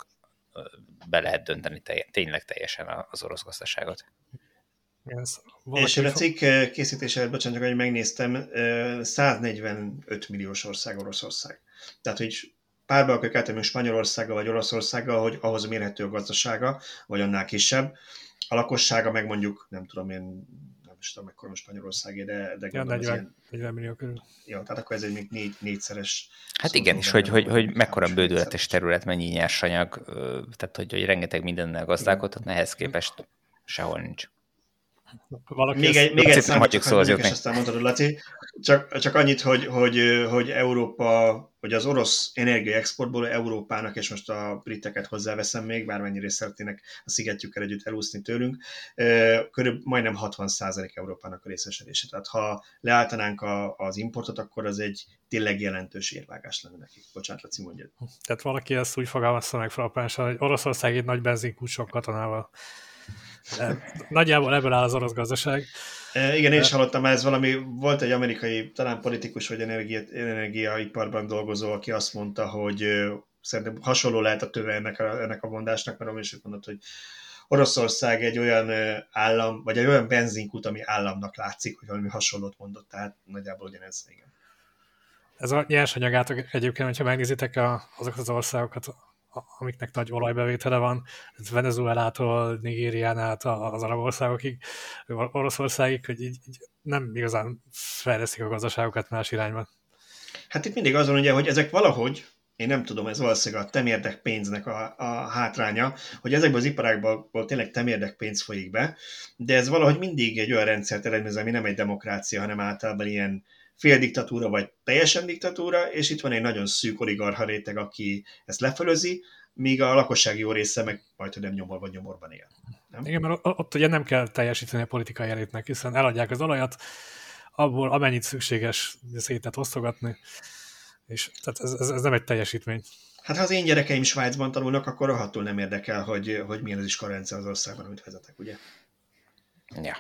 be lehet dönteni telj, tényleg teljesen az orosz gazdaságot. Yes. És a cikk készítésére, bocsánat, csak hogy megnéztem, száznegyvenöt milliós ország Oroszország. Tehát, hogy párba akarjuk átvenni Spanyolországgal vagy Oroszországgal, hogy ahhoz mérhető a gazdasága, vagy annál kisebb. A lakossága meg mondjuk, nem tudom én, nem is tudom, mekkora Spanyolországé, de, de ja, negyven, negyven millió körül. Jó, tehát akkor ez egy még négy, négyszeres. Hát igen, és hogy, hogy, hogy mekkora bődületes terület, mennyi nyersanyag, tehát hogy, hogy rengeteg mindennel gazdálkodhatna, ehhez képest sehol nincs. Valaki még egy, még egy számot, csak mondjuk, és aztán mondtad, Laci, csak, csak annyit, hogy, hogy, hogy Európa, hogy az orosz energiaexportból Európának, és most a briteket hozzáveszem még, bármennyire szeretnének a szigetjükkel együtt elúszni tőlünk, körülbelül majdnem hatvan százalék Európának a részesedése. Tehát ha leálltanánk a, az importot, akkor az egy tényleg jelentős érvágás lenne nekik. Bocsánat, Laci, mondjad. Tehát valaki ezt úgy fogalmazta meg frappánsan, hogy Oroszország egy nagy benzinkút sok katonával. Nagyjából ebből áll az orosz gazdaság. Igen, én is hallottam, ez valami, volt egy amerikai, talán politikus vagy energia, energiaiparban dolgozó, aki azt mondta, hogy szerintem hasonló lehet a töve ennek a, ennek a mondásnak, mert is mondott, hogy Oroszország egy olyan állam, vagy egy olyan benzinkút, ami államnak látszik, hogy valami hasonlót mondott, tehát nagyjából ugyanez, igen. Ez a nyersanyagátok egyébként, hogyha megnézitek a, azokat az országokat, amiknek nagy olajbevétele van, Venezuelától, Nigérián át az arab országokig, Oroszországig, hogy így, így nem igazán fejlesztik a gazdaságokat más irányba. Hát itt mindig az van, ugye, hogy ezek valahogy, én nem tudom, ez valószínűleg a temérdek pénznek a, a hátránya, hogy ezekből az iparákból tényleg temérdek pénz folyik be, de ez valahogy mindig egy olyan rendszert eredményez, ami nem egy demokrácia, hanem általában ilyen fél diktatúra, vagy teljesen diktatúra, és itt van egy nagyon szűk oligarcha réteg, aki ezt lefölözi, míg a lakosság jó része meg majd, hogy nem nyomor vagy nyomorban él. Nem? Igen, mert ott ugye nem kell teljesíteni a politikai elitnek, hiszen eladják az olajat, abból amennyit szükséges szétet osztogatni, és tehát ez, ez, ez nem egy teljesítmény. Hát ha az én gyerekeim Svájcban tanulnak, akkor rohadtul nem érdekel, hogy, hogy milyen az iskolarendszer az országban, amit vezetek, ugye? Ja.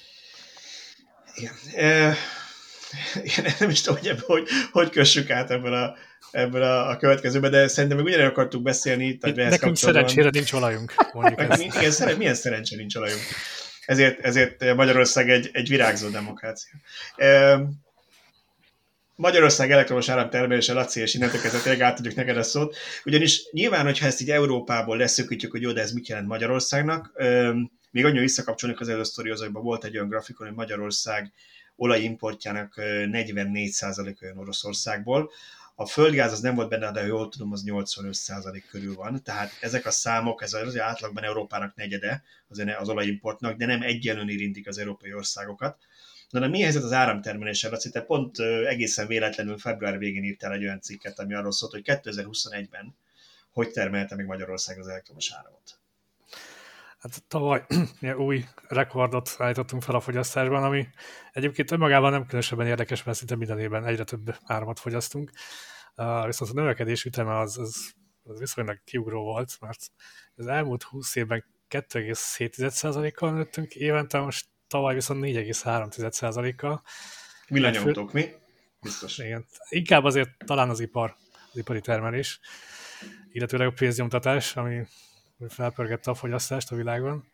Igen. E, igen, nem is tudom, hogy, ebből, hogy, hogy kössük át ebből a, ebből a, a következőbe, de szerintem még ugyanerre akartuk beszélni. Nekünk szerencsére nincs olajunk. Igen, szeren, milyen szerencsére nincs olajunk. Ezért, ezért Magyarország egy, egy virágzó demokrácia. E, Magyarország elektromos áramtermelése, Laci, és innentől kezdve tényleg átadjuk neked a szót. Ugyanis nyilván, hogyha ezt így Európából leszökítjük, hogy jó, de ez mit jelent Magyarországnak, még annyira visszakapcsolni az előző sztoriózókban volt egy olyan grafikon, hogy Magyarország olajimportjának negyvennégy százalék olyan Oroszországból. A földgáz az nem volt benne, de jól tudom, az nyolcvanöt százalék körül van. Tehát ezek a számok, ez az átlagban Európának negyede az olajimportnak, de nem egyenlően érintik az európai országokat. Na, de mi helyzet az áramtermeléssel? Laci, te pont egészen véletlenül február végén írtál egy olyan cikket, ami arról szólt, hogy kétezer-huszonegyben hogy termelte meg Magyarország az elektromos áramot? Hát tavaly új rekordot állítottunk fel a fogyasztásban, ami egyébként önmagában nem különösebben érdekes, mert szinte minden évben egyre több áramot fogyasztunk. Uh, viszont a növekedés üteme az, az, az viszonylag kiugró volt, mert az elmúlt húsz évben kettő egész hét százalékkal nőttünk évente, most tavaly viszont négy egész három százalékkal. Villanyautók, mi? Biztos. Igen. Inkább azért talán az ipar, az ipari termelés, illetőleg a pénznyomtatás, ami felpörgette a fogyasztást a világban.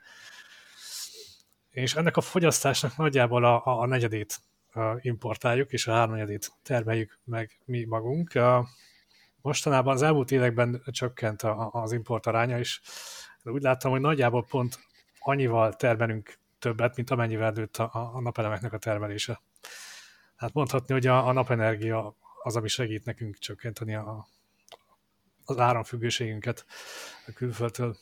És ennek a fogyasztásnak nagyjából a, a negyedét importáljuk, és a háromnegyedét termeljük meg mi magunk. Mostanában az elmúlt években csökkent az import aránya, és úgy láttam, hogy nagyjából pont annyival termelünk többet, mint amennyivel nőtt a, a napelemeknek a termelése. Hát mondhatni, hogy a, a napenergia az, ami segít nekünk csökkenteni a, az áramfüggőségünket a külföldtől.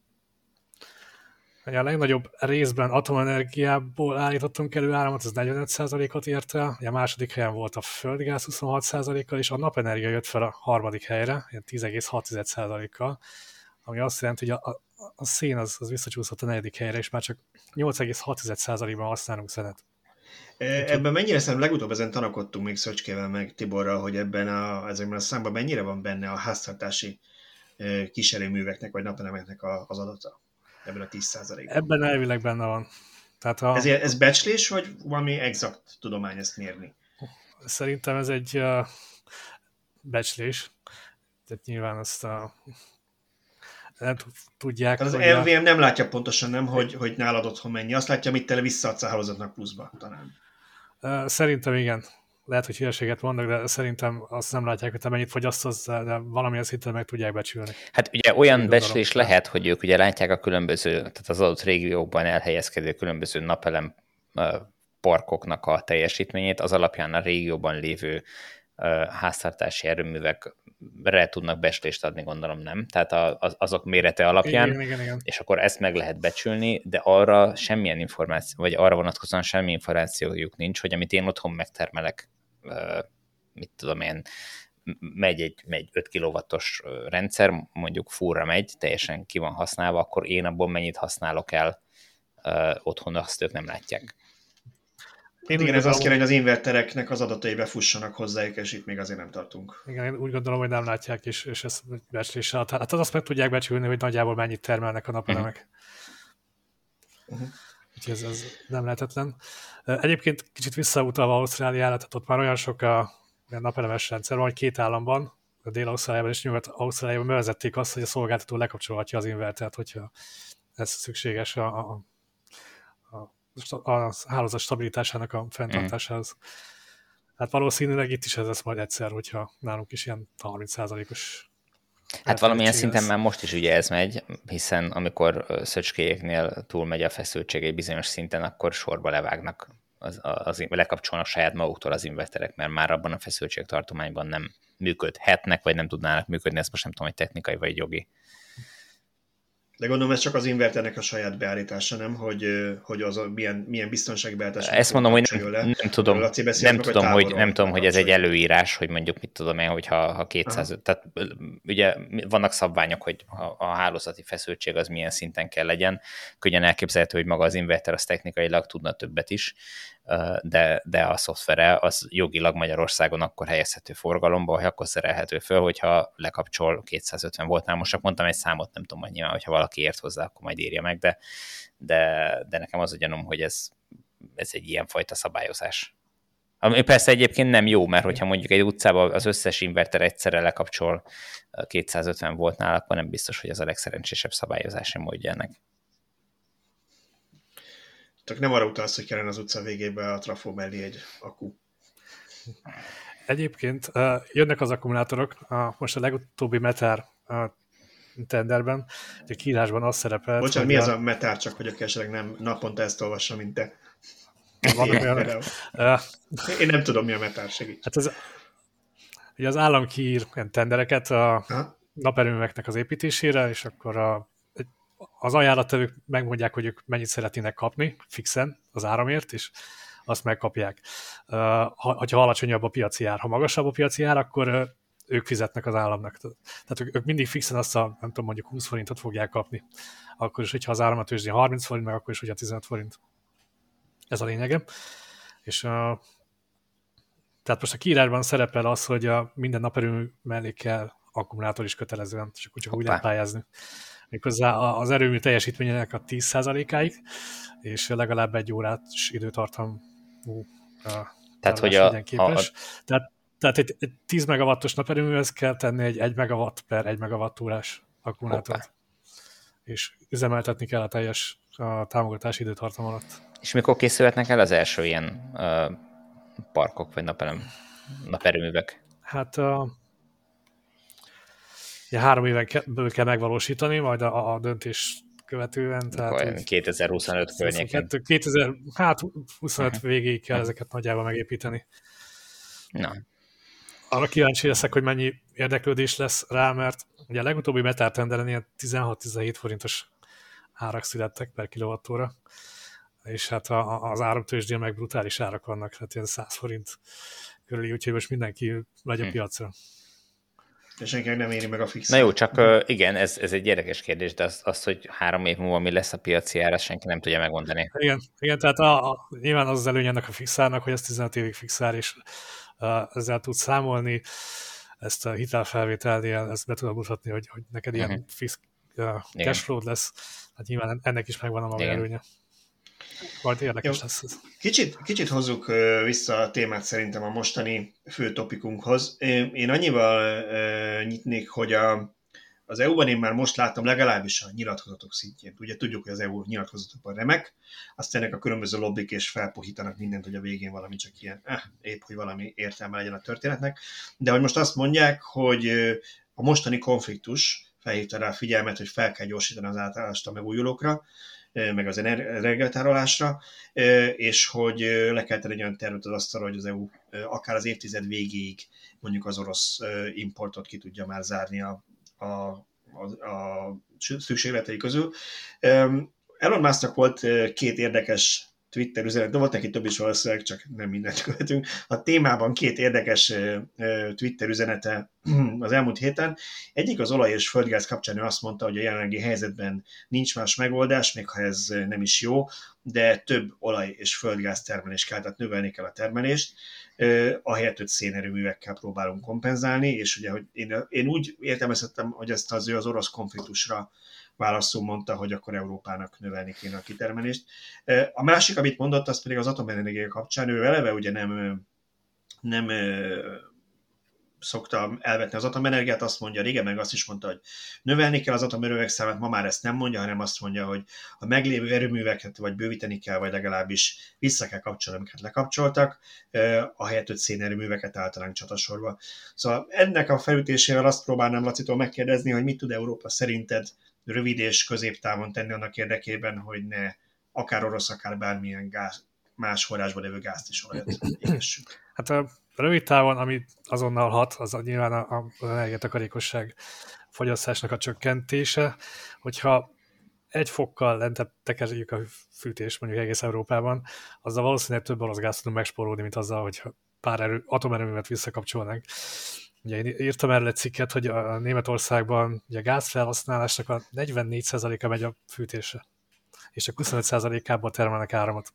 A legnagyobb részben atomenergiából állítottunk elő áramot, az negyvenöt százalékot ért el, a második helyen volt a földgáz huszonhat százalékkal, és a napenergia jött fel a harmadik helyre, tíz egész hat százalékkal, ami azt jelenti, hogy a, a, a szén az, az visszacsúszott a negyedik helyre, és már csak nyolc egész hat százalékban használunk szenet. Ebben mennyire szerintem legutóbb ezen tanakodtunk még Szöcskével meg Tiborral, hogy ebben a, ezekben a számban mennyire van benne a háztartási kísérőműveknek vagy napelemeknek az adata? Ebben a tíz százalékban. Ebben elvileg benne van. Tehát a... ez, ez becslés, vagy valami exakt tudomány ezt mérni? Szerintem ez egy uh, becslés. Tehát nyilván azt a... nem tudják. Tehát az em vé em a... nem látja pontosan, nem, hogy, hogy nálad otthon mennyi. Azt látja, amit te visszaadsz a hálózatnak pluszba talán. Uh, szerintem igen. Lehet, hogy hülyeséget mondok, de szerintem azt nem látják, hogy te mennyit fogyasztasz, de valamilyen szinten meg tudják becsülni. Hát ugye olyan becslés lehet, hogy ők ugye látják a különböző, tehát az adott régiókban elhelyezkedő különböző napelem parkoknak a teljesítményét, az alapján a régióban lévő háztartási erőművekre tudnak becslést adni, gondolom nem. Tehát azok mérete alapján, igen, igen, igen. És akkor ezt meg lehet becsülni, de arra semmilyen információ, vagy arra vonatkozóan semmi információjuk nincs, hogy amit én otthon megtermelek, mit tudom én, megy egy, megy öt kilowattos rendszer, mondjuk fúrra megy, teljesen ki van használva, akkor én abból mennyit használok el otthon, azt ők nem látják. Én igen, ez azt kéne, hogy az invertereknek az adatai befussanak hozzájuk, és itt még azért nem tartunk. Igen, én úgy gondolom, hogy nem látják, és, és ezt becsléssel. Hát azt meg tudják becsülni, hogy nagyjából mennyit termelnek a napelemek. Uh-huh. úgyhogy ez, ez nem lehetetlen. Egyébként kicsit visszautalva Ausztráliára, tehát ott már olyan sok a napelemes rendszer van, hogy két államban, a Dél-Ausztráliában és Nyugat-Ausztráliában bevezették azt, hogy a szolgáltató lekapcsolhatja az invertert, hogyha ez szükséges a, a, a, a hálózat stabilitásának a fenntartásához. Mm. Hát valószínűleg itt is ez lesz majd egyszer, hogyha nálunk is ilyen harminc százalékos. Hát valamilyen szinten már most is ugye ez megy, hiszen amikor szöcskéjéknél túlmegy a feszültség egy bizonyos szinten, akkor sorba levágnak, az, az, lekapcsolnak saját maguktól az inverterek, mert már abban a feszültségtartományban nem működhetnek, vagy nem tudnának működni, ezt most nem tudom, hogy technikai vagy jogi. De gondolom, ez csak az inverternek a saját beállítása, nem? Hogy, hogy az a, milyen, milyen biztonsági beállítás. Ezt mondom, hogy nem, le. nem tudom, nem meg, tudom, hogy, nem tudom hogy ez egy előírás, hogy mondjuk mit tudom én, hogyha ha kétszáz, aha. Tehát ugye vannak szabványok, hogy a, a hálózati feszültség az milyen szinten kell legyen. Könnyen elképzelhető, hogy maga az inverter az technikailag tudna többet is, de, de a szoftvere az jogilag Magyarországon akkor helyezhető forgalomba, hogy akkor szerelhető föl, hogyha lekapcsol kétszázötven voltnál. Most csak mondtam egy számot, nem tudom, hogy nyilván, hogyha valaki ért hozzá, akkor majd írja meg, de, de, de nekem az a gyanúm, hogy ez, ez egy ilyen fajta szabályozás. Ami persze egyébként nem jó, mert hogyha mondjuk egy utcában az összes inverter egyszerre lekapcsol kétszázötven voltnál, akkor nem biztos, hogy ez a legszerencsésebb szabályozási módja ennek. Csak nem arra utalsz, hogy kellene az utca végébe a trafó mellé egy akku. Egyébként uh, jönnek az akkumulátorok, uh, most a legutóbbi Metár uh, tenderben, a kiírásban az szerepelt. Bocsánat, mi a... az a Metár, csak hogy esetleg nem naponta ezt olvassam, mint te. Olyan, uh, Én nem tudom, mi a Metár, segíts. Hát ez, ugye az állam kiír ilyen tendereket a ha? naperőműveknek az építésére, és akkor a az ajánlattevők megmondják, hogy ők mennyit szeretnének kapni fixen az áramért, és azt megkapják. Ha, ha alacsonyabb a piaci ár, ha magasabb a piaci ár, akkor ők fizetnek az államnak. Tehát ők, ők mindig fixen azt a, nem tudom, mondjuk húsz forintot fogják kapni. Akkor is, hogyha az áramat ősdi harminc forint, meg akkor is, hogyha tizenöt forint. Ez a lényege. És uh, tehát most a kiírásban szerepel az, hogy a minden naperőmű mellé kell akkumulátor is kötelezően, és akkor csak Hoppá. Úgy lehet pályázni. Méghozzá az erőmű teljesítményének a tíz százalékáig, és legalább egy órás időtartam. Uh, tehát, hogy a, a... Tehát, tehát egy, egy tíz megawattos naperőműhez kell tenni egy egy megawatt per egy megawattórás akkumulátort. Hoppá. És üzemeltetni kell a teljes a támogatási időtartam alatt. És mikor készülhetnek el az első ilyen uh, parkok, vagy napelem, naperőművek? Hát... Uh, Ja, három éven belül kell megvalósítani, majd a, a döntés követően. Tehát kétezer-huszonöt környéken. kétezer, hát huszonöt uh-huh. végéig kell uh-huh. ezeket nagyjából megépíteni. Na. Arra kíváncsi leszek, hogy mennyi érdeklődés lesz rá, mert ugye a legutóbbi Metár tenderen ilyen tizenhat-tizenhét forintos árak születtek per kilowattóra, és hát a, az áramtőzsdén meg brutális árak vannak, hát ilyen száz forint körüli, úgyhogy most mindenki megy a piacra. És senki nem éri meg a fix. Na jó, csak uh, igen, ez, ez egy érdekes kérdés, de az, az, hogy három év múlva mi lesz a piaci ár, senki nem tudja megmondani. Igen, igen tehát a, a, nyilván az az előny ennek a fixárnak, hogy ez tizenöt évig fixár, és uh, ezzel tud számolni, ezt a hitelfelvételnél, ezt be tudod mutatni, hogy, hogy neked uh-huh. ilyen fix uh, cashflow lesz, hát nyilván ennek is megvan a maga igen. előnye. Majd érdekes jó. lesz ez. Kicsit, kicsit hozzuk vissza a témát szerintem a mostani fő topikunkhoz. Én annyival uh, nyitnék, hogy a, az é u-ban én már most láttam legalábbis a nyilatkozatok szintjén. Ugye tudjuk, hogy az é u nyilatkozatokban remek, aztán ennek a különböző lobbik és felpuhítanak mindent, hogy a végén valami csak ilyen, eh, épp, hogy valami értelme legyen a történetnek. De hogy most azt mondják, hogy a mostani konfliktus felhívta rá a figyelmet, hogy fel kell gyorsítani az átállást a megújulókra, meg az energiatárolásra, és hogy le kell tenni egy olyan tervet az asztalra, hogy az é u akár az évtized végéig mondjuk az orosz importot ki tudja már zárni a, a, a, a szükségletei közül. Elon Musknak volt két érdekes Twitter üzenet, de volt neki több is valószínűleg, csak nem mindent követünk. A témában két érdekes Twitter üzenete az elmúlt héten. Egyik az olaj és földgáz kapcsán azt mondta, hogy a jelenlegi helyzetben nincs más megoldás, még ha ez nem is jó, de több olaj és földgáz termelés kell, tehát növelni kell a termelést, ahelyett, hogy szénerőművekkel próbálunk kompenzálni, és ugye, hogy én, én úgy értelmezhettem, hogy ezt az ő az orosz konfliktusra válaszul mondta, hogy akkor Európának növelni kéne a kitermelést. A másik, amit mondott, az pedig az atomenergia kapcsán, ő eleve ugye nem, nem szokta elvetni az atomenergiát, azt mondja, régen meg azt is mondta, hogy növelni kell az atomerőművek számát, ma már ezt nem mondja, hanem azt mondja, hogy a meglévő erőműveket vagy bővíteni kell, vagy legalábbis vissza kell kapcsolni, amiket lekapcsoltak, ahelyett, hogy szénerőműveket általán csatasorba. Szóval ennek a felütésével azt próbálnám Lacitól megkérdezni, hogy mit tud Európa szerinted rövid és középtávon tenni annak érdekében, hogy ne akár orosz, akár bármilyen gáz, más forrásból lévő gázt és olajat égessünk. Hát a rövid távon, ami azonnal hat, az nyilván az energiatakarékosság fogyasztásnak a csökkentése, hogyha egy fokkal lentebb tekerjük a fűtést mondjuk egész Európában, azzal valószínűleg több orosz gázt tudunk megspórolni, mint azzal, hogy pár erő, atomerőművet visszakapcsolnánk. Ugye én írtam erre egy cikket, hogy a Németországban ugye a gázfelhasználásnak a negyvennégy százaléka megy a fűtésre, és csak huszonöt százalékából termelnek áramot.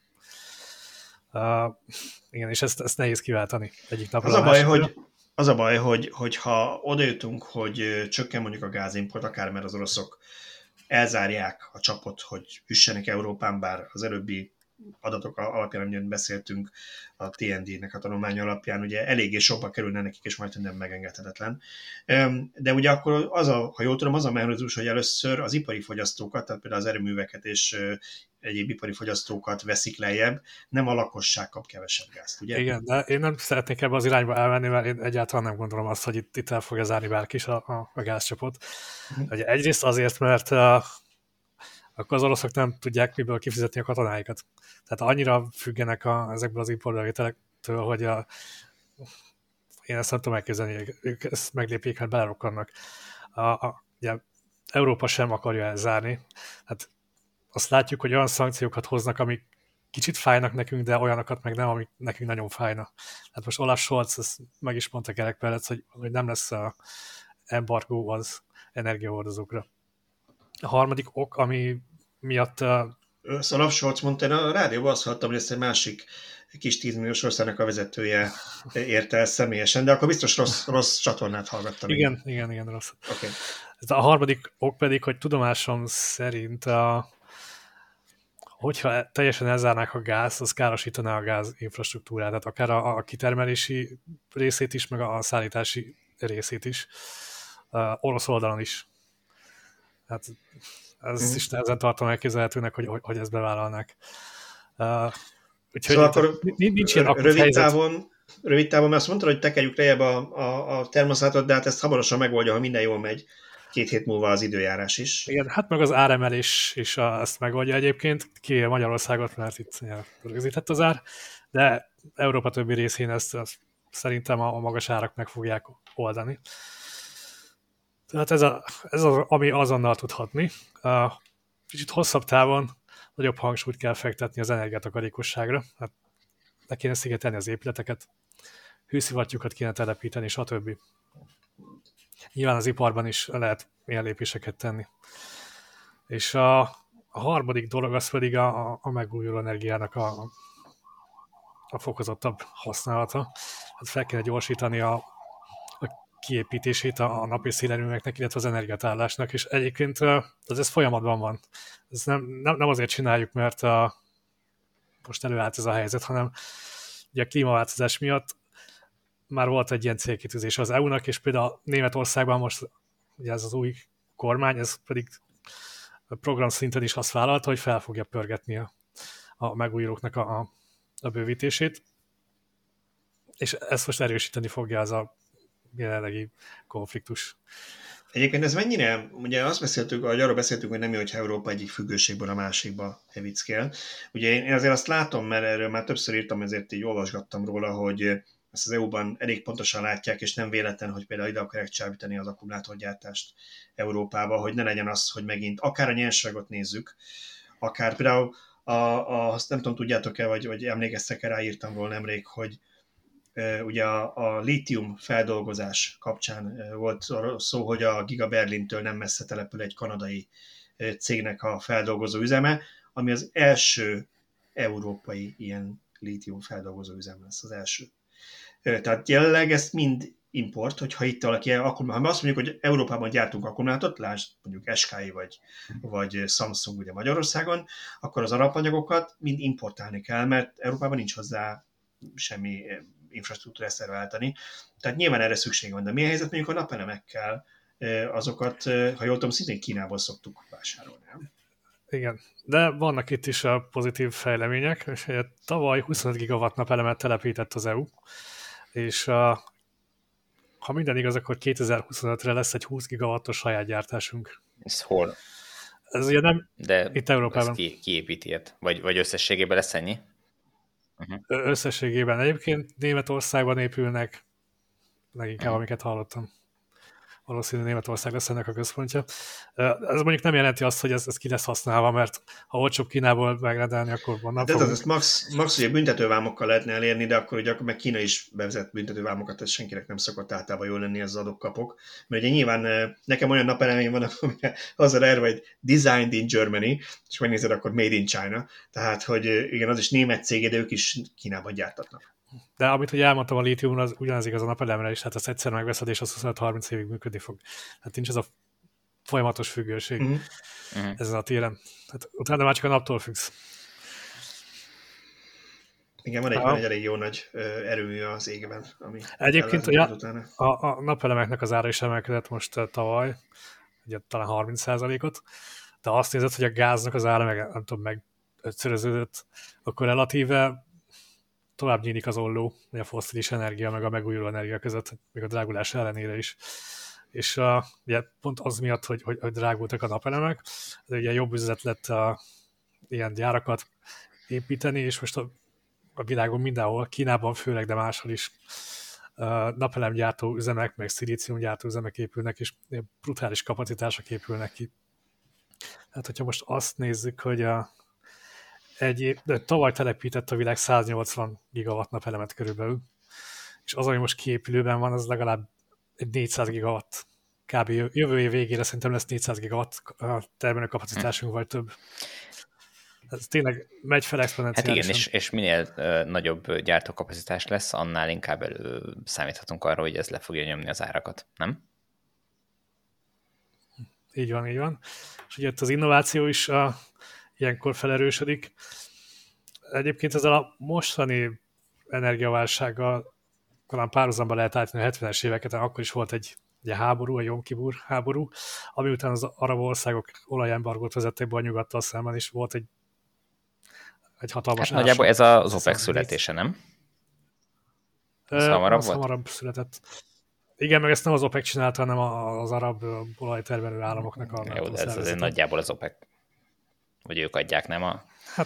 Uh, igen, és ezt, ezt nehéz kiváltani egyik napra. Az a baj, hogy, az a baj hogy, hogy ha oda jutunk, hogy csökken mondjuk a gázimport, akár mert az oroszok elzárják a csapot, hogy üssenek Európán, bár az előbbi adatok alapján, amit beszéltünk a té en dé-nek a tanulmány alapján, ugye eléggé sokba kerülne nekik, és majd nem megengedhetetlen. De ugye akkor az a, ha jól tudom, az a mechanizmus, hogy először az ipari fogyasztókat, tehát például az erőműveket és egyéb ipari fogyasztókat veszik lejjebb, nem a lakosság kap kevesebb gázt, ugye? Igen, de én nem szeretnék ebbe az irányba elmenni, mert én egyáltalán nem gondolom azt, hogy itt, itt el fogja zárni bárki is a, a, a gázcsapot. Uh-huh. Ugye egyrészt azért, mert uh, akkor az oroszok nem tudják miből kifizetni a katonáikat. Tehát annyira függenek a, ezekből az importbevételektől, hogy a, én ezt nem tudom elképzelni, ők ezt meglépjék, mert belerokkannak. A, a, ugye, Európa sem akarja elzárni. Hát azt látjuk, hogy olyan szankciókat hoznak, amik kicsit fájnak nekünk, de olyanokat meg nem, amik nekünk nagyon fájna. Hát most Olaf Scholz ezt meg is mondta Kerek Perec, hogy, hogy nem lesz a embargó az energiahordozókra. A harmadik ok, ami miatt... Uh... Olaf Scholz mondta, én a rádióban azt hallottam, hogy ezt egy másik kis tízmilliós országnak a vezetője érte el személyesen, de akkor biztos rossz, rossz csatornát hallgattam. Igen, igen, igen, igen rossz. Okay. A harmadik ok pedig, hogy tudomásom szerint a hogyha teljesen elzárnák a gáz, az károsítaná a gáz infrastruktúrát, tehát akár a, a kitermelési részét is, meg a szállítási részét is, uh, orosz oldalon is. Hát ez mm. is nehezen tartom elképzelhetőnek, hogy, hogy ezt bevállalnák. Uh, úgyhogy szóval akkor nincs ilyen akut rövid helyzet. Távon, rövid távon, mert azt mondtad, hogy tekerjük lejjebb a, a, a termoszátot, de hát ezt hamarosan megoldja, ha minden jól megy. Két hét múlva az időjárás is. Igen, hát meg az áremelés is a, ezt megoldja egyébként, kivéve Magyarországot, mert itt ja, rögzített az ár, de Európa többi részén ezt, ezt szerintem a, a magas árak meg fogják oldani. Tehát ez, a, ez az, ami azonnal tudhatni. Uh, kicsit hosszabb távon nagyobb hangsúlyt kell fektetni az energiatakarékosságra. Hát le kéne szigetelni az épületeket, hőszivattyúkat kéne telepíteni, stb. Nyilván az iparban is lehet ilyen lépéseket tenni. És a, a harmadik dolog az pedig a, a megújuló energiának a, a fokozottabb használata. Hát fel kéne gyorsítani a, a kiépítését a, a nap- és szélerőműveknek, illetve az energiatállásnak, és egyébként az ez folyamatban van. Ez nem, nem, nem azért csináljuk, mert a, most előállt ez a helyzet, hanem ugye a klímaváltozás miatt már volt egy ilyen célkitűzés az é u-nak, és például Németországban most ugye ez az új kormány, ez pedig a program szinten is azt vállalta, hogy fel fogja pörgetni a, a megújulóknak a, a, a bővítését, és ezt most erősíteni fogja az a jelenlegi konfliktus. Egyébként ez mennyire, ugye azt beszéltük, hogy arról beszéltünk, hogy nem jó, hogyha Európa egyik függőségből a másikba evickél. Ugye én azért azt látom, mert erről már többször írtam, ezért így olvasgattam róla, hogy ezt az é u-ban elég pontosan látják, és nem véletlen, hogy például ide akarják csábítani az akkumulátorgyártást Európába, hogy ne legyen az, hogy megint akár a nyersanyagot nézzük, akár például, a, a, azt nem tudom, tudjátok-e, vagy, vagy emlékeztek-e, ráírtam volna nemrég, hogy e, ugye a, a lítium feldolgozás kapcsán e, volt szó, hogy a Giga Berlintől nem messze települ egy kanadai e, cégnek a feldolgozó üzeme, ami az első európai ilyen lítium feldolgozó üzem lesz, az első. Tehát jelenleg ezt mind import, hogyha itt valaki, akkor, ha azt mondjuk, hogy Európában gyártunk akkumulátort, lásd mondjuk es ká i vagy, vagy Samsung ugye Magyarországon, akkor az alapanyagokat mind importálni kell, mert Európában nincs hozzá semmi infrastruktúra ezt elváltani. Tehát nyilván erre szükség van, de mi a helyzet mondjuk a napelemekkel? Azokat, ha jól tudom, szintén Kínából szoktuk vásárolni, nem? Igen, de vannak itt is a pozitív fejlemények, és tavaly huszonöt gigawatt napelemet telepített az é u, és a, ha minden igaz, akkor kétezer-huszonötre lesz egy húsz gigawattos saját gyártásunk. Ez hol? Ez ugye nem de itt Európában. Ki, kiépítiért? Vagy, vagy összességében lesz ennyi? Uh-huh. Összességében egyébként Németországban épülnek, leginkább uh-huh. amiket hallottam. Valószínűleg Németország lesz ennek a központja. Ez mondjuk nem jelenti azt, hogy ez, ez ki lesz használva, mert ha olcsóbb Kínából megrendelni, akkor vannak. De ez max, max ugye büntetővámokkal lehetne elérni, de akkor ugye akkor meg Kína is bevezet büntetővámokat, ez senkinek nem szokott általában jól lenni, ez az adok-kapok. Mert ugye nyilván nekem olyan napelemeim vannak, amire az a erve, hogy designed in Germany, és megnézed, akkor made in China. Tehát, hogy igen, az is német cég, de ők is Kínában gyártatnak. De amit ugye elmondtam a lítium, az ugyanaz igaz a napelemre is, hát azt egyszer megveszed, és az huszonöt-harminc évig működni fog. Hát nincs ez a folyamatos függőség uh-huh. ezen a téren. Hát utána már csak a naptól függsz. Igen, van egy, van egy elég jó nagy erőmű az égben, ami egyébként ugye a, a napelemeknek az ára is emelkedett most tavaly, ugye talán harminc százalékot, de azt nézed, hogy a gáznak az ára meg, nem tudom, meg ötszöröződött, akkor relatíve tovább nyílik az olló, a fosszilis energia, meg a megújuló energia között, még a drágulás ellenére is. És uh, ugye pont az miatt, hogy, hogy, hogy drágultak a napelemek, de ugye jobb üzlet lett a, ilyen gyárakat építeni, és most a, a világon mindenhol, Kínában főleg, de máshol is uh, napelemgyártó üzemek, meg szilíciumgyártó üzemek épülnek, és brutális kapacitások épülnek ki. Hát, hogyha most azt nézzük, hogy a Egy, de tavaly telepített a világ száznyolcvan gigawatt napelemet körülbelül, és az, ami most kiépülőben van, az legalább egy négyszáz gigawatt. Kb. Jövő év végére szerintem lesz négyszáz gigawatt termelő kapacitásunk, vagy több. Ez tényleg megy fel exponenciálisan. Hát igen, és, és minél uh, nagyobb gyártókapacitás lesz, annál inkább elő számíthatunk arra, hogy ez le fogja nyomni az árakat, nem? Így van, így van. És ugye itt az innováció is a ilyenkor felerősödik. Egyébként ezzel a mostani energiaválsággal talán párhuzamba lehet állítani a hetvenes éveket, akkor is volt egy ugye, háború, a Jom Kipur háború, ami után az arab országok olajembargót vezették be a nyugattal szemben, és volt egy, egy hatalmas hát nagyjából ez az OPEC születése, nem? Ez hamarabb volt? Hamarabb született. Igen, meg ezt nem az OPEC csinálta, hanem az arab olajtermelő államoknak a... Jó, de ez azért nagyjából az OPEC. Vagy ők adják, nem a... Hát,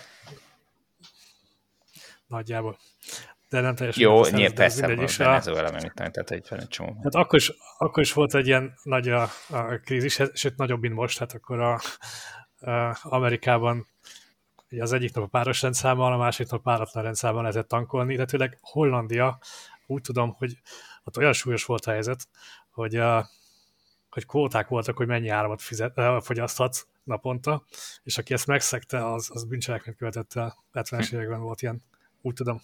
nagyjából. De nem teljesen. Jó, nyilván persze, a Venezuela, meg mit tehát egy fel egy csomó. Hát akkor is, akkor is volt egy ilyen nagy a, a krízis, sőt nagyobb, mint most, hát akkor a, a Amerikában ugye az egyik nap a páros rendszámmal, a másik nap páratlan rendszámmal lehetett tankolni, illetőleg Hollandia, úgy tudom, hogy ott olyan súlyos volt a helyzet, hogy, a, hogy kvóták voltak, hogy mennyi áramot fizet, fogyaszthatsz naponta, és aki ezt megszegte, az, az bűncselekményt követett el. hetvenes években volt ilyen, úgy tudom.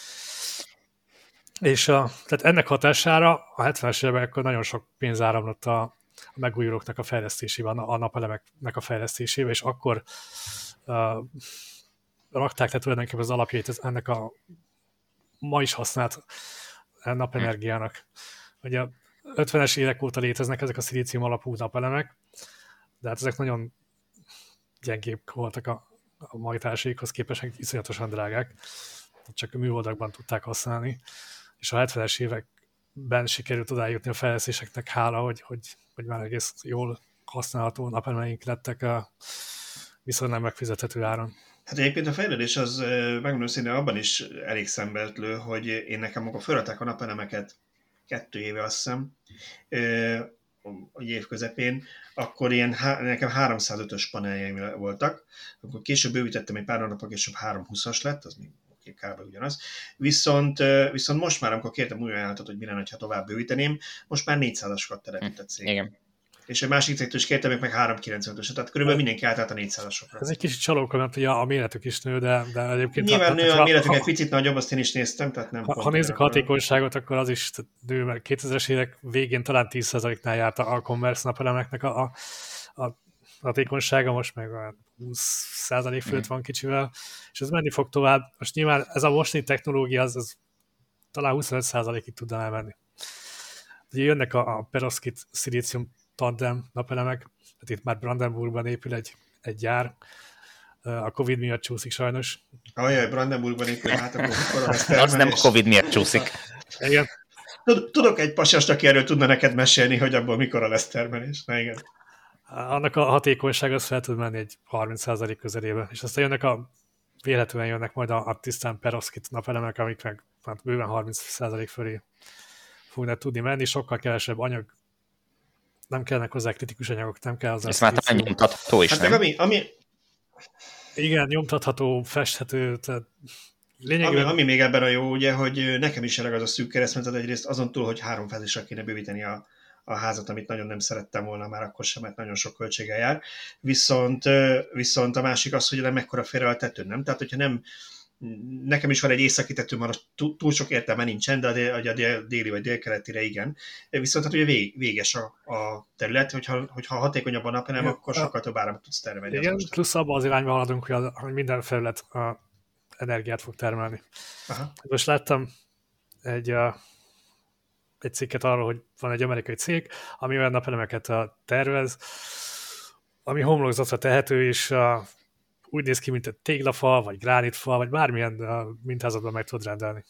És a, tehát ennek hatására a hetvenes években nagyon sok pénz áramlott a, a megújulóknak a fejlesztésében, a, a napelemeknek a fejlesztésébe, és akkor uh, rakták le tulajdonképpen az alapjait ennek a ma is használt napenergiának. Ugye a ötvenes évek óta léteznek ezek a szilícium alapú napelemek, de hát ezek nagyon gyengébb voltak a, a mai társaikhoz képest, iszonyatosan drágák. Csak a műholdakban tudták használni. És a hetvenes években sikerült odájutni a fejlesztéseknek hála, hogy, hogy, hogy már egész jól használható napelemeink lettek a viszonylag megfizethető áron. Hát egyébként a fejlődés az megmondom szintén abban is elég szembeötlő, hogy én nekem akkor feladták a napelemeket kettő éve, azt hiszem, a év közepén, akkor ilyen, nekem háromszázötös paneljeim voltak, akkor később bővítettem egy pár napok, később háromszázhúszas lett, az még kb. Ugyanaz. Viszont, viszont most már, amikor kértem új ajánlatot, hogy mi lenne, ha tovább bővíteném, most már négyszázasokat telepített cég. Igen. és egy másik cégtől is kértem, ők meg háromszázkilencvenötös, tehát körülbelül mindenki átállt a négyszázasokra. Ez egy kicsit csalóka, mert ugye a méretük is nő, de, de egyébként... Nyilván nő, ha, a méretük ha, egy picit nagyobb, azt én is néztem, tehát nem Ha, pont ha nézzük a olyan. hatékonyságot, akkor az is nő, mert kétezres évek végén talán tíz százaléknál járt a Converse napelemeknek a, a, a hatékonysága, most meg a húsz százalék fölött van kicsivel, és ez menni fog tovább. Most nyilván ez a mostani technológia, az, az talán huszonöt százalékig tudna elmenni. Ugye jönnek a, a perovskit szilícium tandem napelemek, tehát itt már Brandenburgban épül egy, egy gyár, a Covid miatt csúszik sajnos. Ajaj, Brandenburgban épül, hát akkor mikor lesz termelés. Az nem a Covid miatt csúszik. Igen. Tudok egy pasast, aki erről tudna neked mesélni, hogy abból mikor lesz termelés. Na igen. Annak a hatékonyság az fel tud menni egy harminc százalék közelébe, és aztán jönnek a, véletlenül jönnek majd a, a tisztán perovskit napelemek, amik meg hát bőven harminc százalék fölé fognak tudni menni, sokkal kevesebb anyag, nem kellnek hozzá kritikus anyagok, nem kell hozzá. Ez már talán nyomtatható is, hát nem? Ami, ami, Igen, nyomtatható, festhető, tehát lényegében... Ami, ami még ebben a jó, ugye, hogy nekem is eleg az a szűk keresztmetszet, egyrészt azon túl, hogy három fázisra kéne bővíteni a, a házat, amit nagyon nem szerettem volna már akkor sem, mert nagyon sok költséggel jár. Viszont, viszont a másik az, hogy nem mekkora félre a tetőn, nem? Tehát, hogyha nem, nekem is van egy északi tetőm, már túl sok értelme nincsen, de a déli vagy délkeletire igen. Viszont hát ugye véges a, a terület, hogyha, hogyha hatékonyabb a napelem, ja, akkor sokkal több áramot tudsz termelni. Igen, plusz abban az irányba haladunk, hogy, a, hogy minden felület a energiát fog termelni. Aha. Most láttam egy, a, egy cikket arról, hogy van egy amerikai cég, ami olyan napelemeket tervez, ami homlokzatra tehető, és a, úgy néz ki, mint egy téglafal, vagy gránitfal, vagy bármilyen mintázatban meg tud rendelni.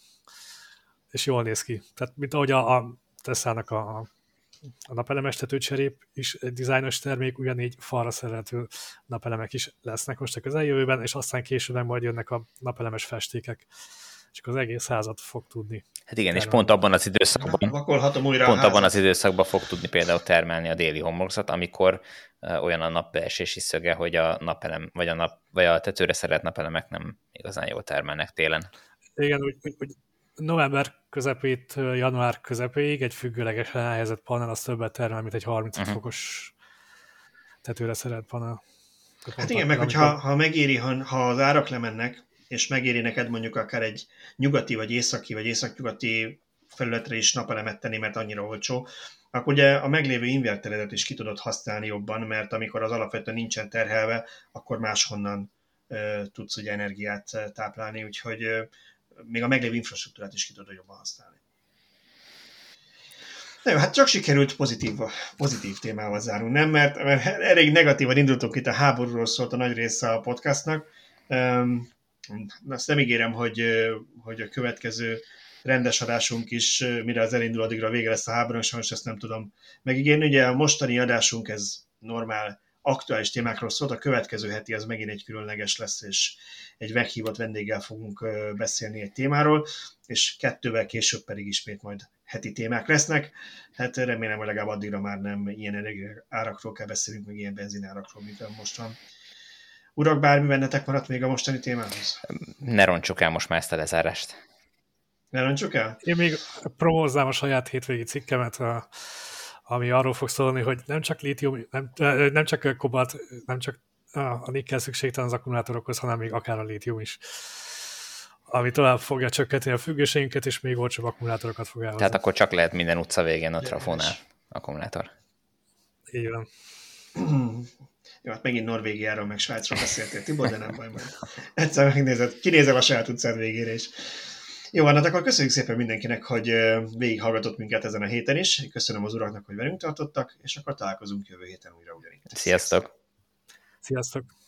És jól néz ki. Tehát, mint ahogy a, a Tesla-nak a, a napelemes tetőcserép is egy dizájnos termék, ugyanígy falra szerelhető napelemek is lesznek most a közeljövőben, és aztán később majd jönnek a napelemes festékek. És az egész házat fog tudni. Hát igen, termelni. És pont abban az időszakban, pont abban az időszakban fog tudni például termelni a déli homlokzat, amikor uh, olyan a napbeesési szöge, hogy a napelem, vagy a, nap, vagy a tetőre szerelt napelemek nem igazán jól termelnek télen. Igen, úgy, úgy, úgy november közepét, január közepéig egy függőlegesen elhelyezett panel az többet termel, mint egy harmincöt uh-huh. fokos tetőre szerelt panel. Hát igen, meg hogyha ha megéri, ha, ha az árak lemennek, és megéri neked mondjuk akár egy nyugati, vagy északi, vagy északnyugati felületre is napelemet tenni, mert annyira olcsó, akkor ugye a meglévő inverteredet is ki tudod használni jobban, mert amikor az alapvetően nincsen terhelve, akkor máshonnan uh, tudsz ugye energiát táplálni, úgyhogy uh, még a meglévő infrastruktúrát is ki tudod jobban használni. Na jó, hát csak sikerült pozitív, pozitív témával zárunk, nem? Mert, mert elég negatívan indultunk itt, a háborúról szólt a nagy része a podcastnak. Um, azt nem ígérem, hogy, hogy a következő rendes adásunk is, mire az elindul, addigra vége lesz a háborúnak, sajnos ezt nem tudom megígérni. Ugye a mostani adásunk, ez normál, aktuális témákról szólt, a következő heti az megint egy különleges lesz, és egy meghívott vendéggel fogunk beszélni egy témáról, és kettővel később pedig ismét majd heti témák lesznek. Hát remélem, hogy legalább addigra már nem ilyen energiaárakról kell beszélnünk, meg ilyen benzinárakról, mint most van. Urak, bármi bennetek maradt még a mostani témához? Ne roncsuk el most már ezt a lezárást. Ne roncsuk el? Én még promózzám a saját hétvégi cikkemet, ami arról fog szólni, hogy nem csak lítium, nem, nem csak kobalt, nem csak a nikkel szükségtelen az akkumulátorokhoz, hanem még akár a lítium is. Ami tovább fogja csökkenteni a függőségünket, és még olcsóbb akkumulátorokat fog elhozni. Tehát akkor csak lehet minden utca végén a trafonál akkumulátor. Így van. Jó, hát megint Norvégiáról, meg Svájcról beszéltél, Tibor, de nem baj majd. Egyszer megnézed, kinézem a saját utcád végére is. Jó, hát akkor köszönjük szépen mindenkinek, hogy végighallgatott minket ezen a héten is. Köszönöm az uraknak, hogy velünk tartottak, és akkor találkozunk jövő héten újra ugyanígy. Sziasztok! Sziasztok!